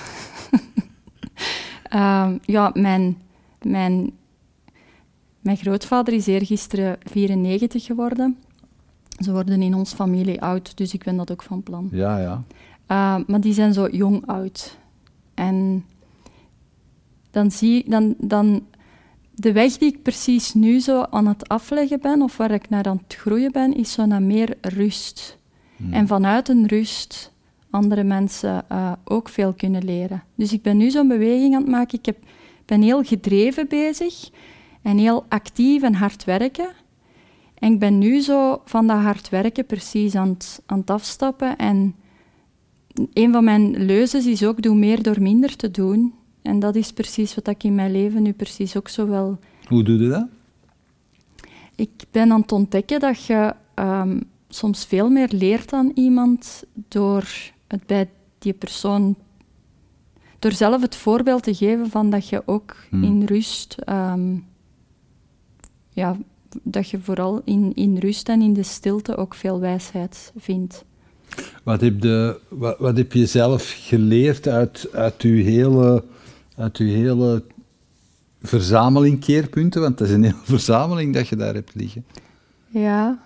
um, ja mijn... mijn Mijn grootvader is eergisteren vierennegentig geworden. Ze worden in onze familie oud, dus ik ben dat ook van plan. Ja, ja. Uh, maar die zijn zo jong oud. En dan zie ik... Dan, dan, de weg die ik precies nu zo aan het afleggen ben, of waar ik naar aan het groeien ben, is zo naar meer rust. Hmm. En vanuit een rust andere mensen uh, ook veel kunnen leren. Dus ik ben nu zo'n beweging aan het maken. Ik heb, ben heel gedreven bezig... En heel actief en hard werken. En ik ben nu zo van dat hard werken precies aan het, aan het afstappen. En een van mijn leuzes is ook, doe meer door minder te doen. En dat is precies wat ik in mijn leven nu precies ook zo wel... Hoe doe je dat? Ik ben aan het ontdekken dat je um, soms veel meer leert aan iemand door het bij die persoon... Door zelf het voorbeeld te geven van dat je ook hmm. in rust... Um, Ja, dat je vooral in, in rust en in de stilte ook veel wijsheid vindt. Wat heb, de, wat, wat heb je zelf geleerd uit, uit, je hele, uit je hele verzameling keerpunten? Want dat is een hele verzameling dat je daar hebt liggen. Ja.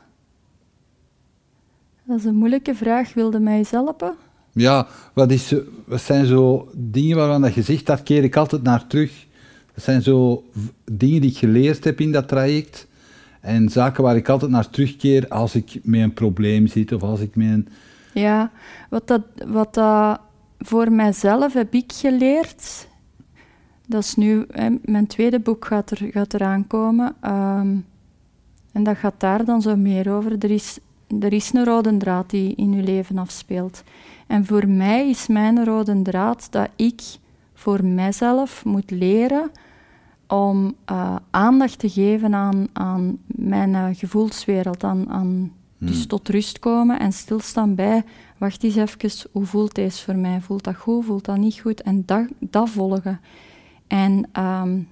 Dat is een moeilijke vraag. Wilde mij eens helpen? Ja, wat, is, wat zijn zo dingen waarvan dat je zegt, daar keer ik altijd naar terug. Dat zijn zo dingen die ik geleerd heb in dat traject. En zaken waar ik altijd naar terugkeer als ik met een probleem zit of als ik met een... Ja, wat dat, wat dat voor mijzelf heb ik geleerd... Dat is nu... Hè, mijn tweede boek gaat, er, gaat eraan komen. Um, en dat gaat daar dan zo meer over. Er is, er is een rode draad die in uw leven afspeelt. En voor mij is mijn rode draad dat ik... voor mijzelf moet leren om uh, aandacht te geven aan, aan mijn uh, gevoelswereld, aan, aan hmm. dus tot rust komen en stilstaan bij, wacht eens even, hoe voelt deze voor mij? Voelt dat goed, voelt dat niet goed? En dat, dat volgen. En um,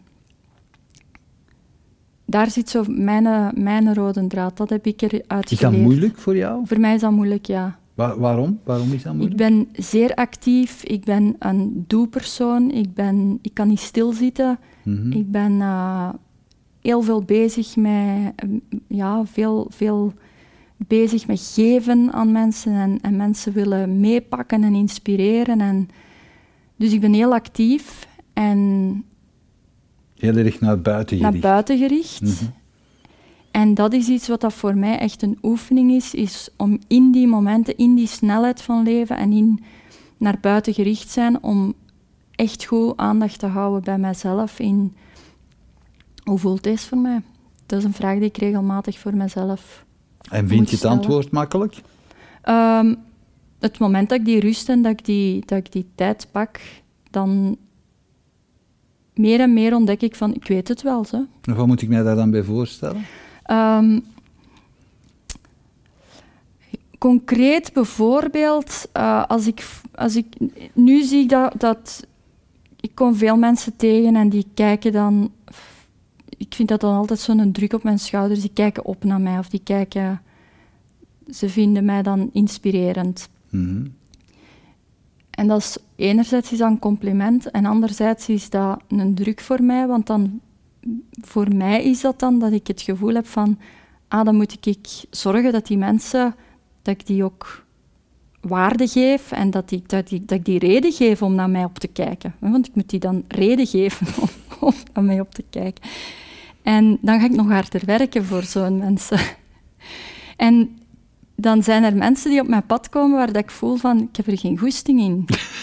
daar zit zo mijn, mijn rode draad, dat heb ik eruit geleerd. Is dat moeilijk voor jou? Voor mij is dat moeilijk, ja. Waar, waarom? Waarom is dat moeilijk? Ik ben zeer actief, ik ben een doe-persoon, ik, ben, ik kan niet stilzitten. Mm-hmm. Ik ben uh, heel veel bezig met, ja, veel, veel bezig met geven aan mensen en, en mensen willen meepakken en inspireren. En, dus ik ben heel actief en... Heel erg naar buiten gericht. Naar buiten gericht. Mm-hmm. En dat is iets wat dat voor mij echt een oefening is, is om in die momenten, in die snelheid van leven en in naar buiten gericht zijn, om echt goed aandacht te houden bij mijzelf in hoe voelt deze voor mij? Dat is een vraag die ik regelmatig voor mezelf En vind je het antwoord makkelijk? Um, het moment dat ik die rust en dat ik die, dat ik die tijd pak, dan meer en meer ontdek ik van, ik weet het wel. Zo. En wat moet ik mij daar dan bij voorstellen? Um, concreet bijvoorbeeld, uh, als, ik, als ik... Nu zie ik dat, dat... Ik kom veel mensen tegen en die kijken dan... Ik vind dat dan altijd zo'n druk op mijn schouders. Die kijken op naar mij of die kijken... Ze vinden mij dan inspirerend. Mm-hmm. En dat is... Enerzijds is dat een compliment en anderzijds is dat een druk voor mij, want dan... Voor mij is dat dan dat ik het gevoel heb van... Ah, dan moet ik zorgen dat die mensen... Dat ik die ook waarde geef en dat ik, dat, ik, dat ik die reden geef om naar mij op te kijken. Want ik moet die dan reden geven om, om naar mij op te kijken. En dan ga ik nog harder werken voor zo'n mensen. En dan zijn er mensen die op mijn pad komen waar dat ik voel van, ik heb er geen goesting in.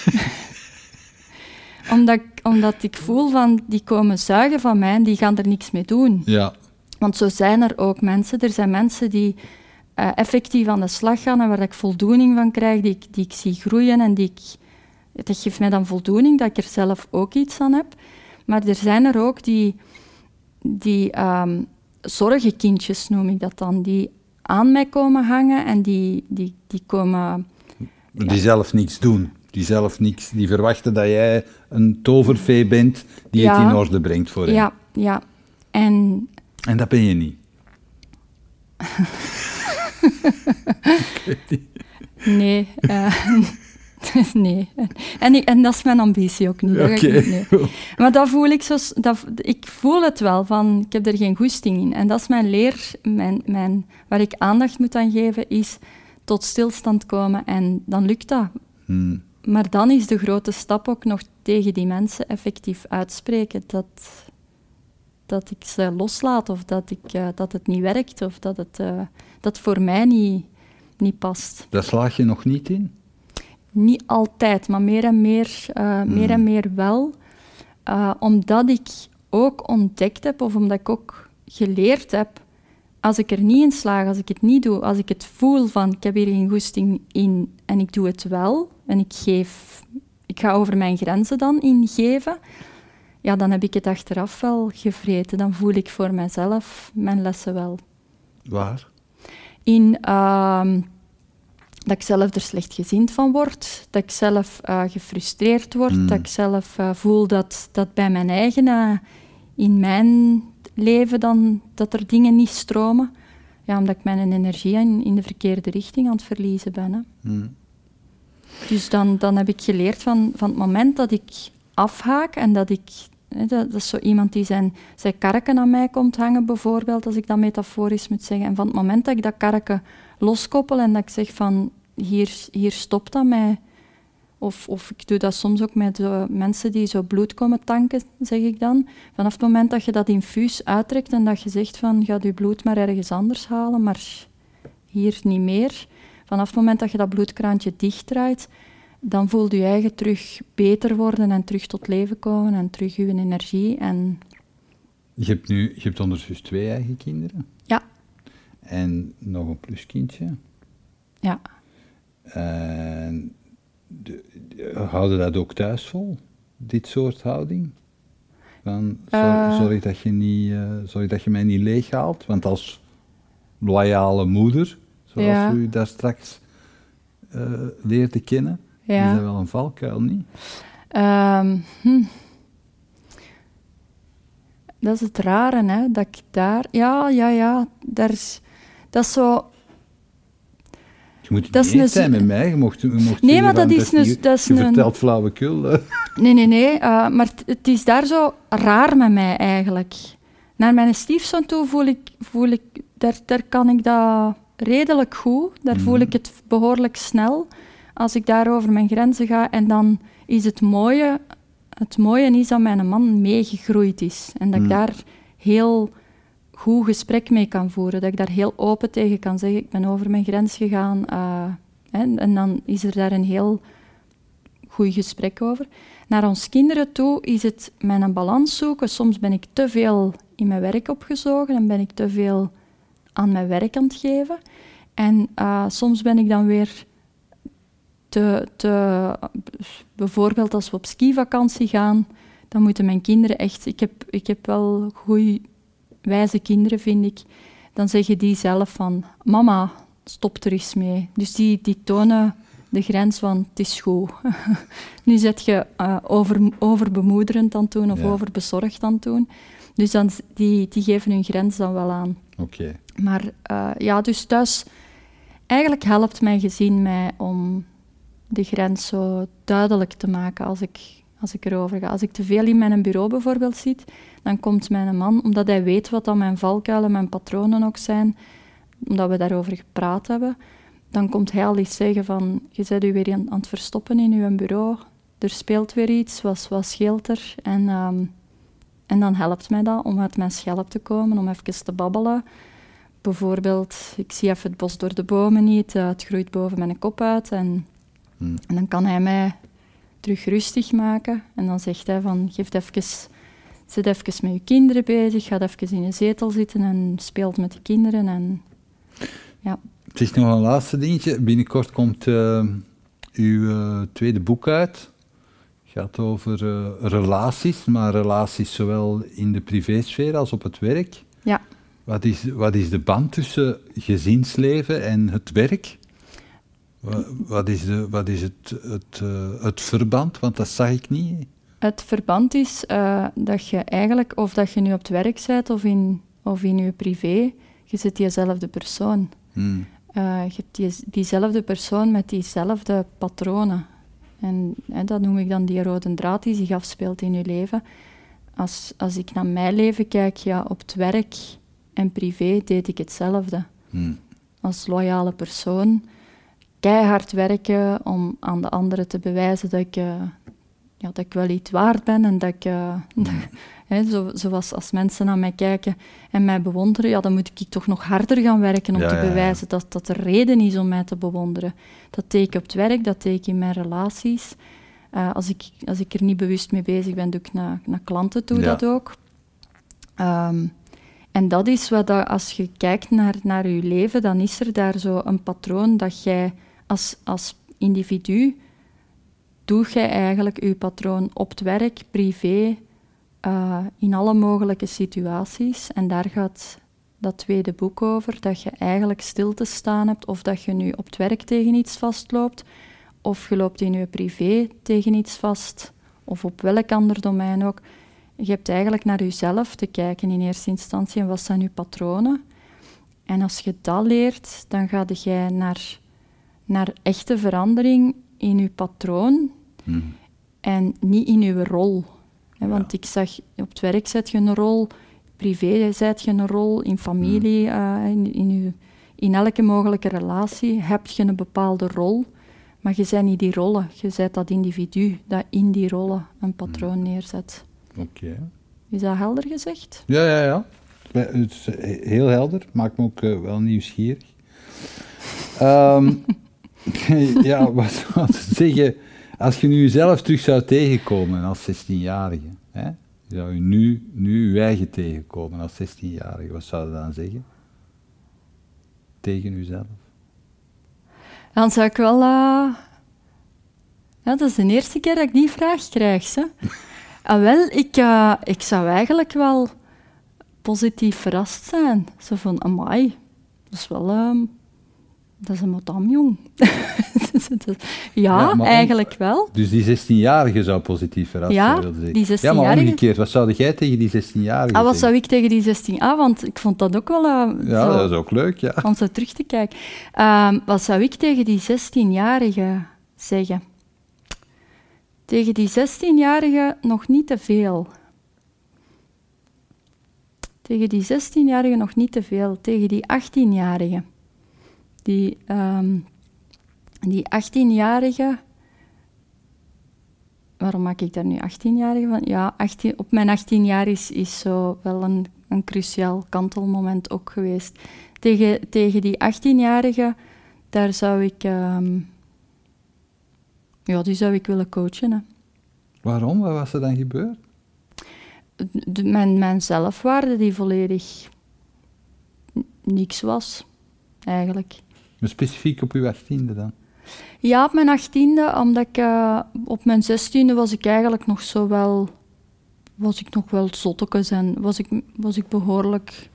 omdat, ik, omdat ik voel van, die komen zuigen van mij en die gaan er niks mee doen. Ja. Want zo zijn er ook mensen. Er zijn mensen die uh, effectief aan de slag gaan en waar ik voldoening van krijg, die ik, die ik zie groeien en die ik... Dat geeft mij dan voldoening, dat ik er zelf ook iets aan heb. Maar er zijn er ook die... die um, zorgenkindjes noem ik dat dan, die aan mij komen hangen en die, die, die komen... Die ja. zelf niks doen. Die zelf niks... Die verwachten dat jij een toverfee bent die ja. het in orde brengt voor hen. Ja, ja. En... En dat ben je niet. Nee. Uh, nee. En, ik, en dat is mijn ambitie ook niet. Oké. Okay. Nee. Maar dat voel ik zo... Dat, ik voel het wel, van ik heb er geen goesting in. En dat is mijn leer, mijn, mijn, waar ik aandacht moet aan geven, is tot stilstand komen. En dan lukt dat. Hmm. Maar dan is de grote stap ook nog tegen die mensen effectief uitspreken dat, dat ik ze loslaat of dat, ik, uh, dat het niet werkt of dat het uh, dat voor mij niet, niet past. Daar slaag je nog niet in? Niet altijd, maar meer en meer, uh, hmm. meer, en meer wel. Uh, omdat ik ook ontdekt heb of omdat ik ook geleerd heb, als ik er niet in slaag, als ik het niet doe, als ik het voel van ik heb hier geen goesting in en ik doe het wel en ik geef, ik ga over mijn grenzen dan ingeven, ja, dan heb ik het achteraf wel gevreten. Dan voel ik voor mezelf mijn lessen wel. Waar? In uh, dat ik zelf er slechtgezind van word, dat ik zelf uh, gefrustreerd word, mm. dat ik zelf uh, voel dat, dat bij mijn eigen, uh, in mijn leven dan, dat er dingen niet stromen. Ja, omdat ik mijn energie in, in de verkeerde richting aan het verliezen ben. Hè. Mm. Dus dan, dan heb ik geleerd van, van het moment dat ik afhaak en dat ik... Hè, dat, dat is zo iemand die zijn, zijn karken aan mij komt hangen, bijvoorbeeld, als ik dat metaforisch moet zeggen. En van het moment dat ik dat karken loskoppel en dat ik zeg van, hier, hier stopt dat mij. Of, of ik doe dat soms ook met de mensen die zo bloed komen tanken, zeg ik dan. Vanaf het moment dat je dat infuus uittrekt en dat je zegt van, ga je bloed maar ergens anders halen, maar hier niet meer. Vanaf het moment dat je dat bloedkraantje dichtdraait, dan voel je je eigen terug beter worden en terug tot leven komen en terug je energie. En... Je hebt nu, je hebt ondertussen twee eigen kinderen. Ja. En nog een pluskindje. Ja. En de, de, houden dat ook thuis vol, dit soort houding? Van, sorry, uh, sorry, dat je niet, uh, sorry dat je mij niet leeghaalt, want als loyale moeder, zoals ja. u daar straks uh, leerde kennen, ja. is dat wel een valkuil, niet? Um, hm. Dat is het rare, hè, dat ik daar... Ja, ja, ja, daar is, dat is zo... Je moet het niet eens zijn met mij, je mocht, je mocht nee, maar dat is... Je, dat is je een... vertelt flauwekul. Nee, nee, nee, uh, maar t- het is daar zo raar met mij, eigenlijk. Naar mijn stiefzoon toe voel ik... Voel ik daar, daar kan ik dat redelijk goed. Daar mm. voel ik het behoorlijk snel. Als ik daar over mijn grenzen ga. En dan is het mooie... Het mooie is dat mijn man meegegroeid is. En dat mm. ik daar heel goed gesprek mee kan voeren. Dat ik daar heel open tegen kan zeggen, ik ben over mijn grens gegaan. Uh, hè, en dan is er daar een heel goed gesprek over. Naar ons kinderen toe is het mijn balans zoeken. Soms ben ik te veel in mijn werk opgezogen en ben ik te veel aan mijn werk aan het geven. En uh, soms ben ik dan weer te, te... Bijvoorbeeld als we op skivakantie gaan, dan moeten mijn kinderen echt... Ik heb, ik heb wel goeie, wijze kinderen, vind ik. Dan zeggen die zelf van... Mama, stop er eens mee. Dus die, die tonen de grens van... Het is goed. Nu zet je uh, over, overbemoederend aan het doen of ja. overbezorgd aan het doen. Dus dan, die, die geven hun grens dan wel aan. Oké. Okay. Maar uh, ja, dus thuis... Eigenlijk helpt mijn gezin mij om de grens zo duidelijk te maken als ik, als ik erover ga. Als ik te veel in mijn bureau bijvoorbeeld zit, dan komt mijn man, omdat hij weet wat dan mijn valkuilen, mijn patronen ook zijn, omdat we daarover gepraat hebben, dan komt hij al eens zeggen van, je bent u weer aan het verstoppen in uw bureau, er speelt weer iets, wat, wat scheelt er? En, um, en dan helpt mij dat om uit mijn schelp te komen, om even te babbelen. Bijvoorbeeld, ik zie even het bos door de bomen niet, uh, het groeit boven mijn kop uit. En, hmm. en dan kan hij mij terug rustig maken. En dan zegt hij van, geef even, zit even met je kinderen bezig, ga even in een zetel zitten en speelt met de kinderen. En, ja. Het is nog een laatste dingetje. Binnenkort komt uh, uw uh, tweede boek uit. Het gaat over uh, relaties, maar relaties zowel in de privésfeer als op het werk. Ja. Wat is, wat is de band tussen gezinsleven en het werk? Wat, wat is, de, wat is het, het, uh, het verband? Want dat zag ik niet. Het verband is uh, dat je eigenlijk, of dat je nu op het werk bent of in, of in je privé, je zit diezelfde persoon. Hmm. Uh, je hebt die, diezelfde persoon met diezelfde patronen. En, en dat noem ik dan die rode draad die zich afspeelt in je leven. Als, als ik naar mijn leven kijk, ja, op het werk... En privé deed ik hetzelfde. Hmm. Als loyale persoon. Keihard werken om aan de anderen te bewijzen dat ik, uh, ja, dat ik wel iets waard ben. En dat ik, uh, hmm. dat, hè, zo, zoals als mensen naar mij kijken en mij bewonderen, ja, dan moet ik toch nog harder gaan werken om ja, te bewijzen ja, ja. dat dat de reden is om mij te bewonderen. Dat deed ik op het werk, dat deed ik in mijn relaties. Uh, als, ik, als ik er niet bewust mee bezig ben, doe ik naar, naar klanten toe ja. dat ook. Um, En dat is wat, dat, als je kijkt naar, naar je leven, dan is er daar zo een patroon dat jij als, als individu, doe jij eigenlijk je patroon op het werk, privé, uh, in alle mogelijke situaties. En daar gaat dat tweede boek over, dat je eigenlijk stil te staan hebt, of dat je nu op het werk tegen iets vastloopt, of je loopt in je privé tegen iets vast, of op welk ander domein ook. Je hebt eigenlijk naar jezelf te kijken in eerste instantie en wat zijn je patronen. En als je dat leert, dan ga je naar, naar echte verandering in je patroon hmm. en niet in je rol. Ja. Want ik zag, op het werk zet je een rol, privé zet je een rol, in familie, hmm. uh, in, in, je, in elke mogelijke relatie heb je een bepaalde rol. Maar je bent niet die rollen, je bent dat individu dat in die rollen een patroon hmm. neerzet. Oké. Okay. Is dat helder gezegd? Ja, ja, ja. Het is heel helder. Maakt me ook uh, wel nieuwsgierig. um, ja, wat, wat zeg je? Als je nu jezelf terug zou tegenkomen als zestienjarige, hè? Zou je nu, nu je eigen tegenkomen als zestienjarige, wat zou je dan zeggen? Tegen jezelf? Dan zou ik wel... Uh... Ja, dat is de eerste keer dat ik die vraag krijg, hè. Ah, wel, ik, uh, ik zou eigenlijk wel positief verrast zijn. Zo van, amai, dat is wel... Um, dat is een madame, jong. ja, ja eigenlijk om, wel. Dus die zestienjarige zou positief verrast ja, zijn, wilde zeggen. Die zestienjarige... Ja, maar omgekeerd, wat zou jij tegen die zestienjarige ah, wat zeggen? zou ik tegen die zestien... Ah, want ik vond dat ook wel... Uh, ja, zo, dat is ook leuk, ja. om zo terug te kijken. Um, wat zou ik tegen die zestienjarige zeggen? Tegen die zestienjarige nog niet te veel. Tegen die zestienjarige nog niet te veel. Tegen die achttienjarige. Die, um, die achttienjarige... Waarom maak ik daar nu achttienjarige van? Ja, achttien, op mijn achttien jaar is, is zo wel een een cruciaal kantelmoment ook geweest. Tegen, tegen die achttienjarige, daar zou ik... Um, ja, die zou ik willen coachen. Hè. Waarom? Wat was er dan gebeurd? De, mijn, mijn zelfwaarde die volledig niks was, eigenlijk. Maar specifiek op uw achttiende dan? Ja, op mijn achttiende, omdat ik uh, op mijn zestiende was ik eigenlijk nog zo wel... was ik nog wel zottekes en was ik, was ik behoorlijk...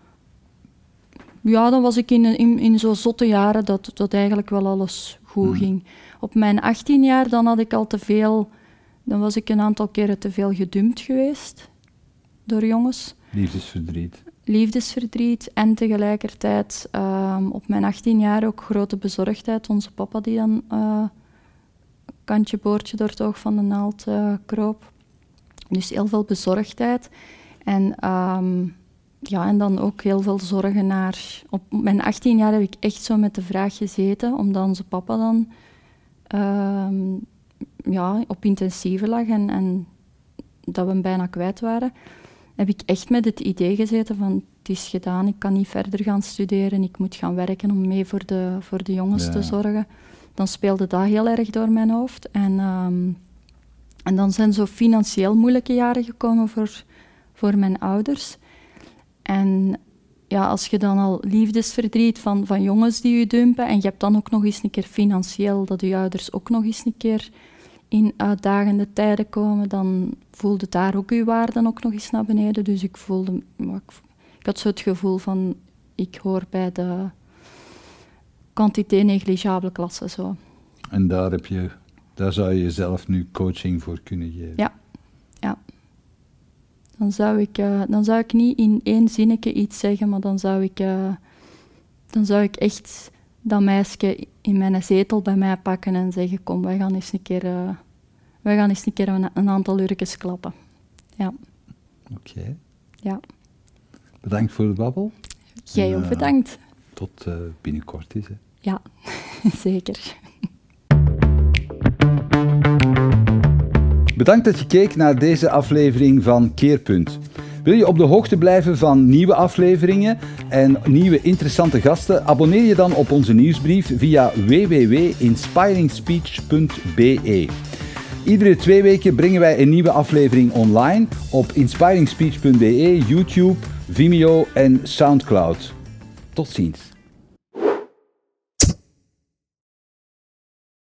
Ja, dan was ik in, in, in zo'n zotte jaren dat, dat eigenlijk wel alles goed hmm. ging. Op mijn achttien jaar, dan had ik al te veel... Dan was ik een aantal keren te veel gedumpt geweest door jongens. Liefdesverdriet. Liefdesverdriet en tegelijkertijd um, op mijn achttien jaar ook grote bezorgdheid. Onze papa die dan uh, kantje boordje door het oog van de naald uh, kroop. Dus heel veel bezorgdheid. En, um, ja, en dan ook heel veel zorgen naar... Op mijn achttien jaar heb ik echt zo met de vraag gezeten, omdat onze papa dan um, ja, op intensieve lag en, en dat we hem bijna kwijt waren, heb ik echt met het idee gezeten van het is gedaan, ik kan niet verder gaan studeren, ik moet gaan werken om mee voor de, voor de jongens ja. te zorgen. Dan speelde dat heel erg door mijn hoofd. En... Um, En dan zijn zo financieel moeilijke jaren gekomen voor, voor mijn ouders. En ja, als je dan al liefdesverdriet van, van jongens die je dumpen en je hebt dan ook nog eens een keer financieel dat je ouders ook nog eens een keer in uitdagende tijden komen, dan voelde daar ook je waarden ook nog eens naar beneden. Dus ik voelde, ik, ik had zo het gevoel van, ik hoor bij de quantité negligible klasse zo. En daar heb je... Daar zou je jezelf nu coaching voor kunnen geven. Ja, ja. Dan zou ik, uh, dan zou ik niet in één zinnetje iets zeggen, maar dan zou ik, uh, dan zou ik echt dat meisje in mijn zetel bij mij pakken en zeggen, kom, wij gaan eens een keer, uh, wij gaan eens een, keer een, een aantal uurtjes klappen. Ja. Oké. Okay. Ja. Bedankt voor de babbel. Jij ook uh, bedankt. Tot uh, binnenkort is, hè. Ja, zeker. Bedankt dat je keek naar deze aflevering van Keerpunt. Wil je op de hoogte blijven van nieuwe afleveringen en nieuwe interessante gasten? Abonneer je dan op onze nieuwsbrief via w w w punt inspiring speech punt b e. Iedere twee weken brengen wij een nieuwe aflevering online op inspiring speech punt b e, YouTube, Vimeo en Soundcloud. Tot ziens.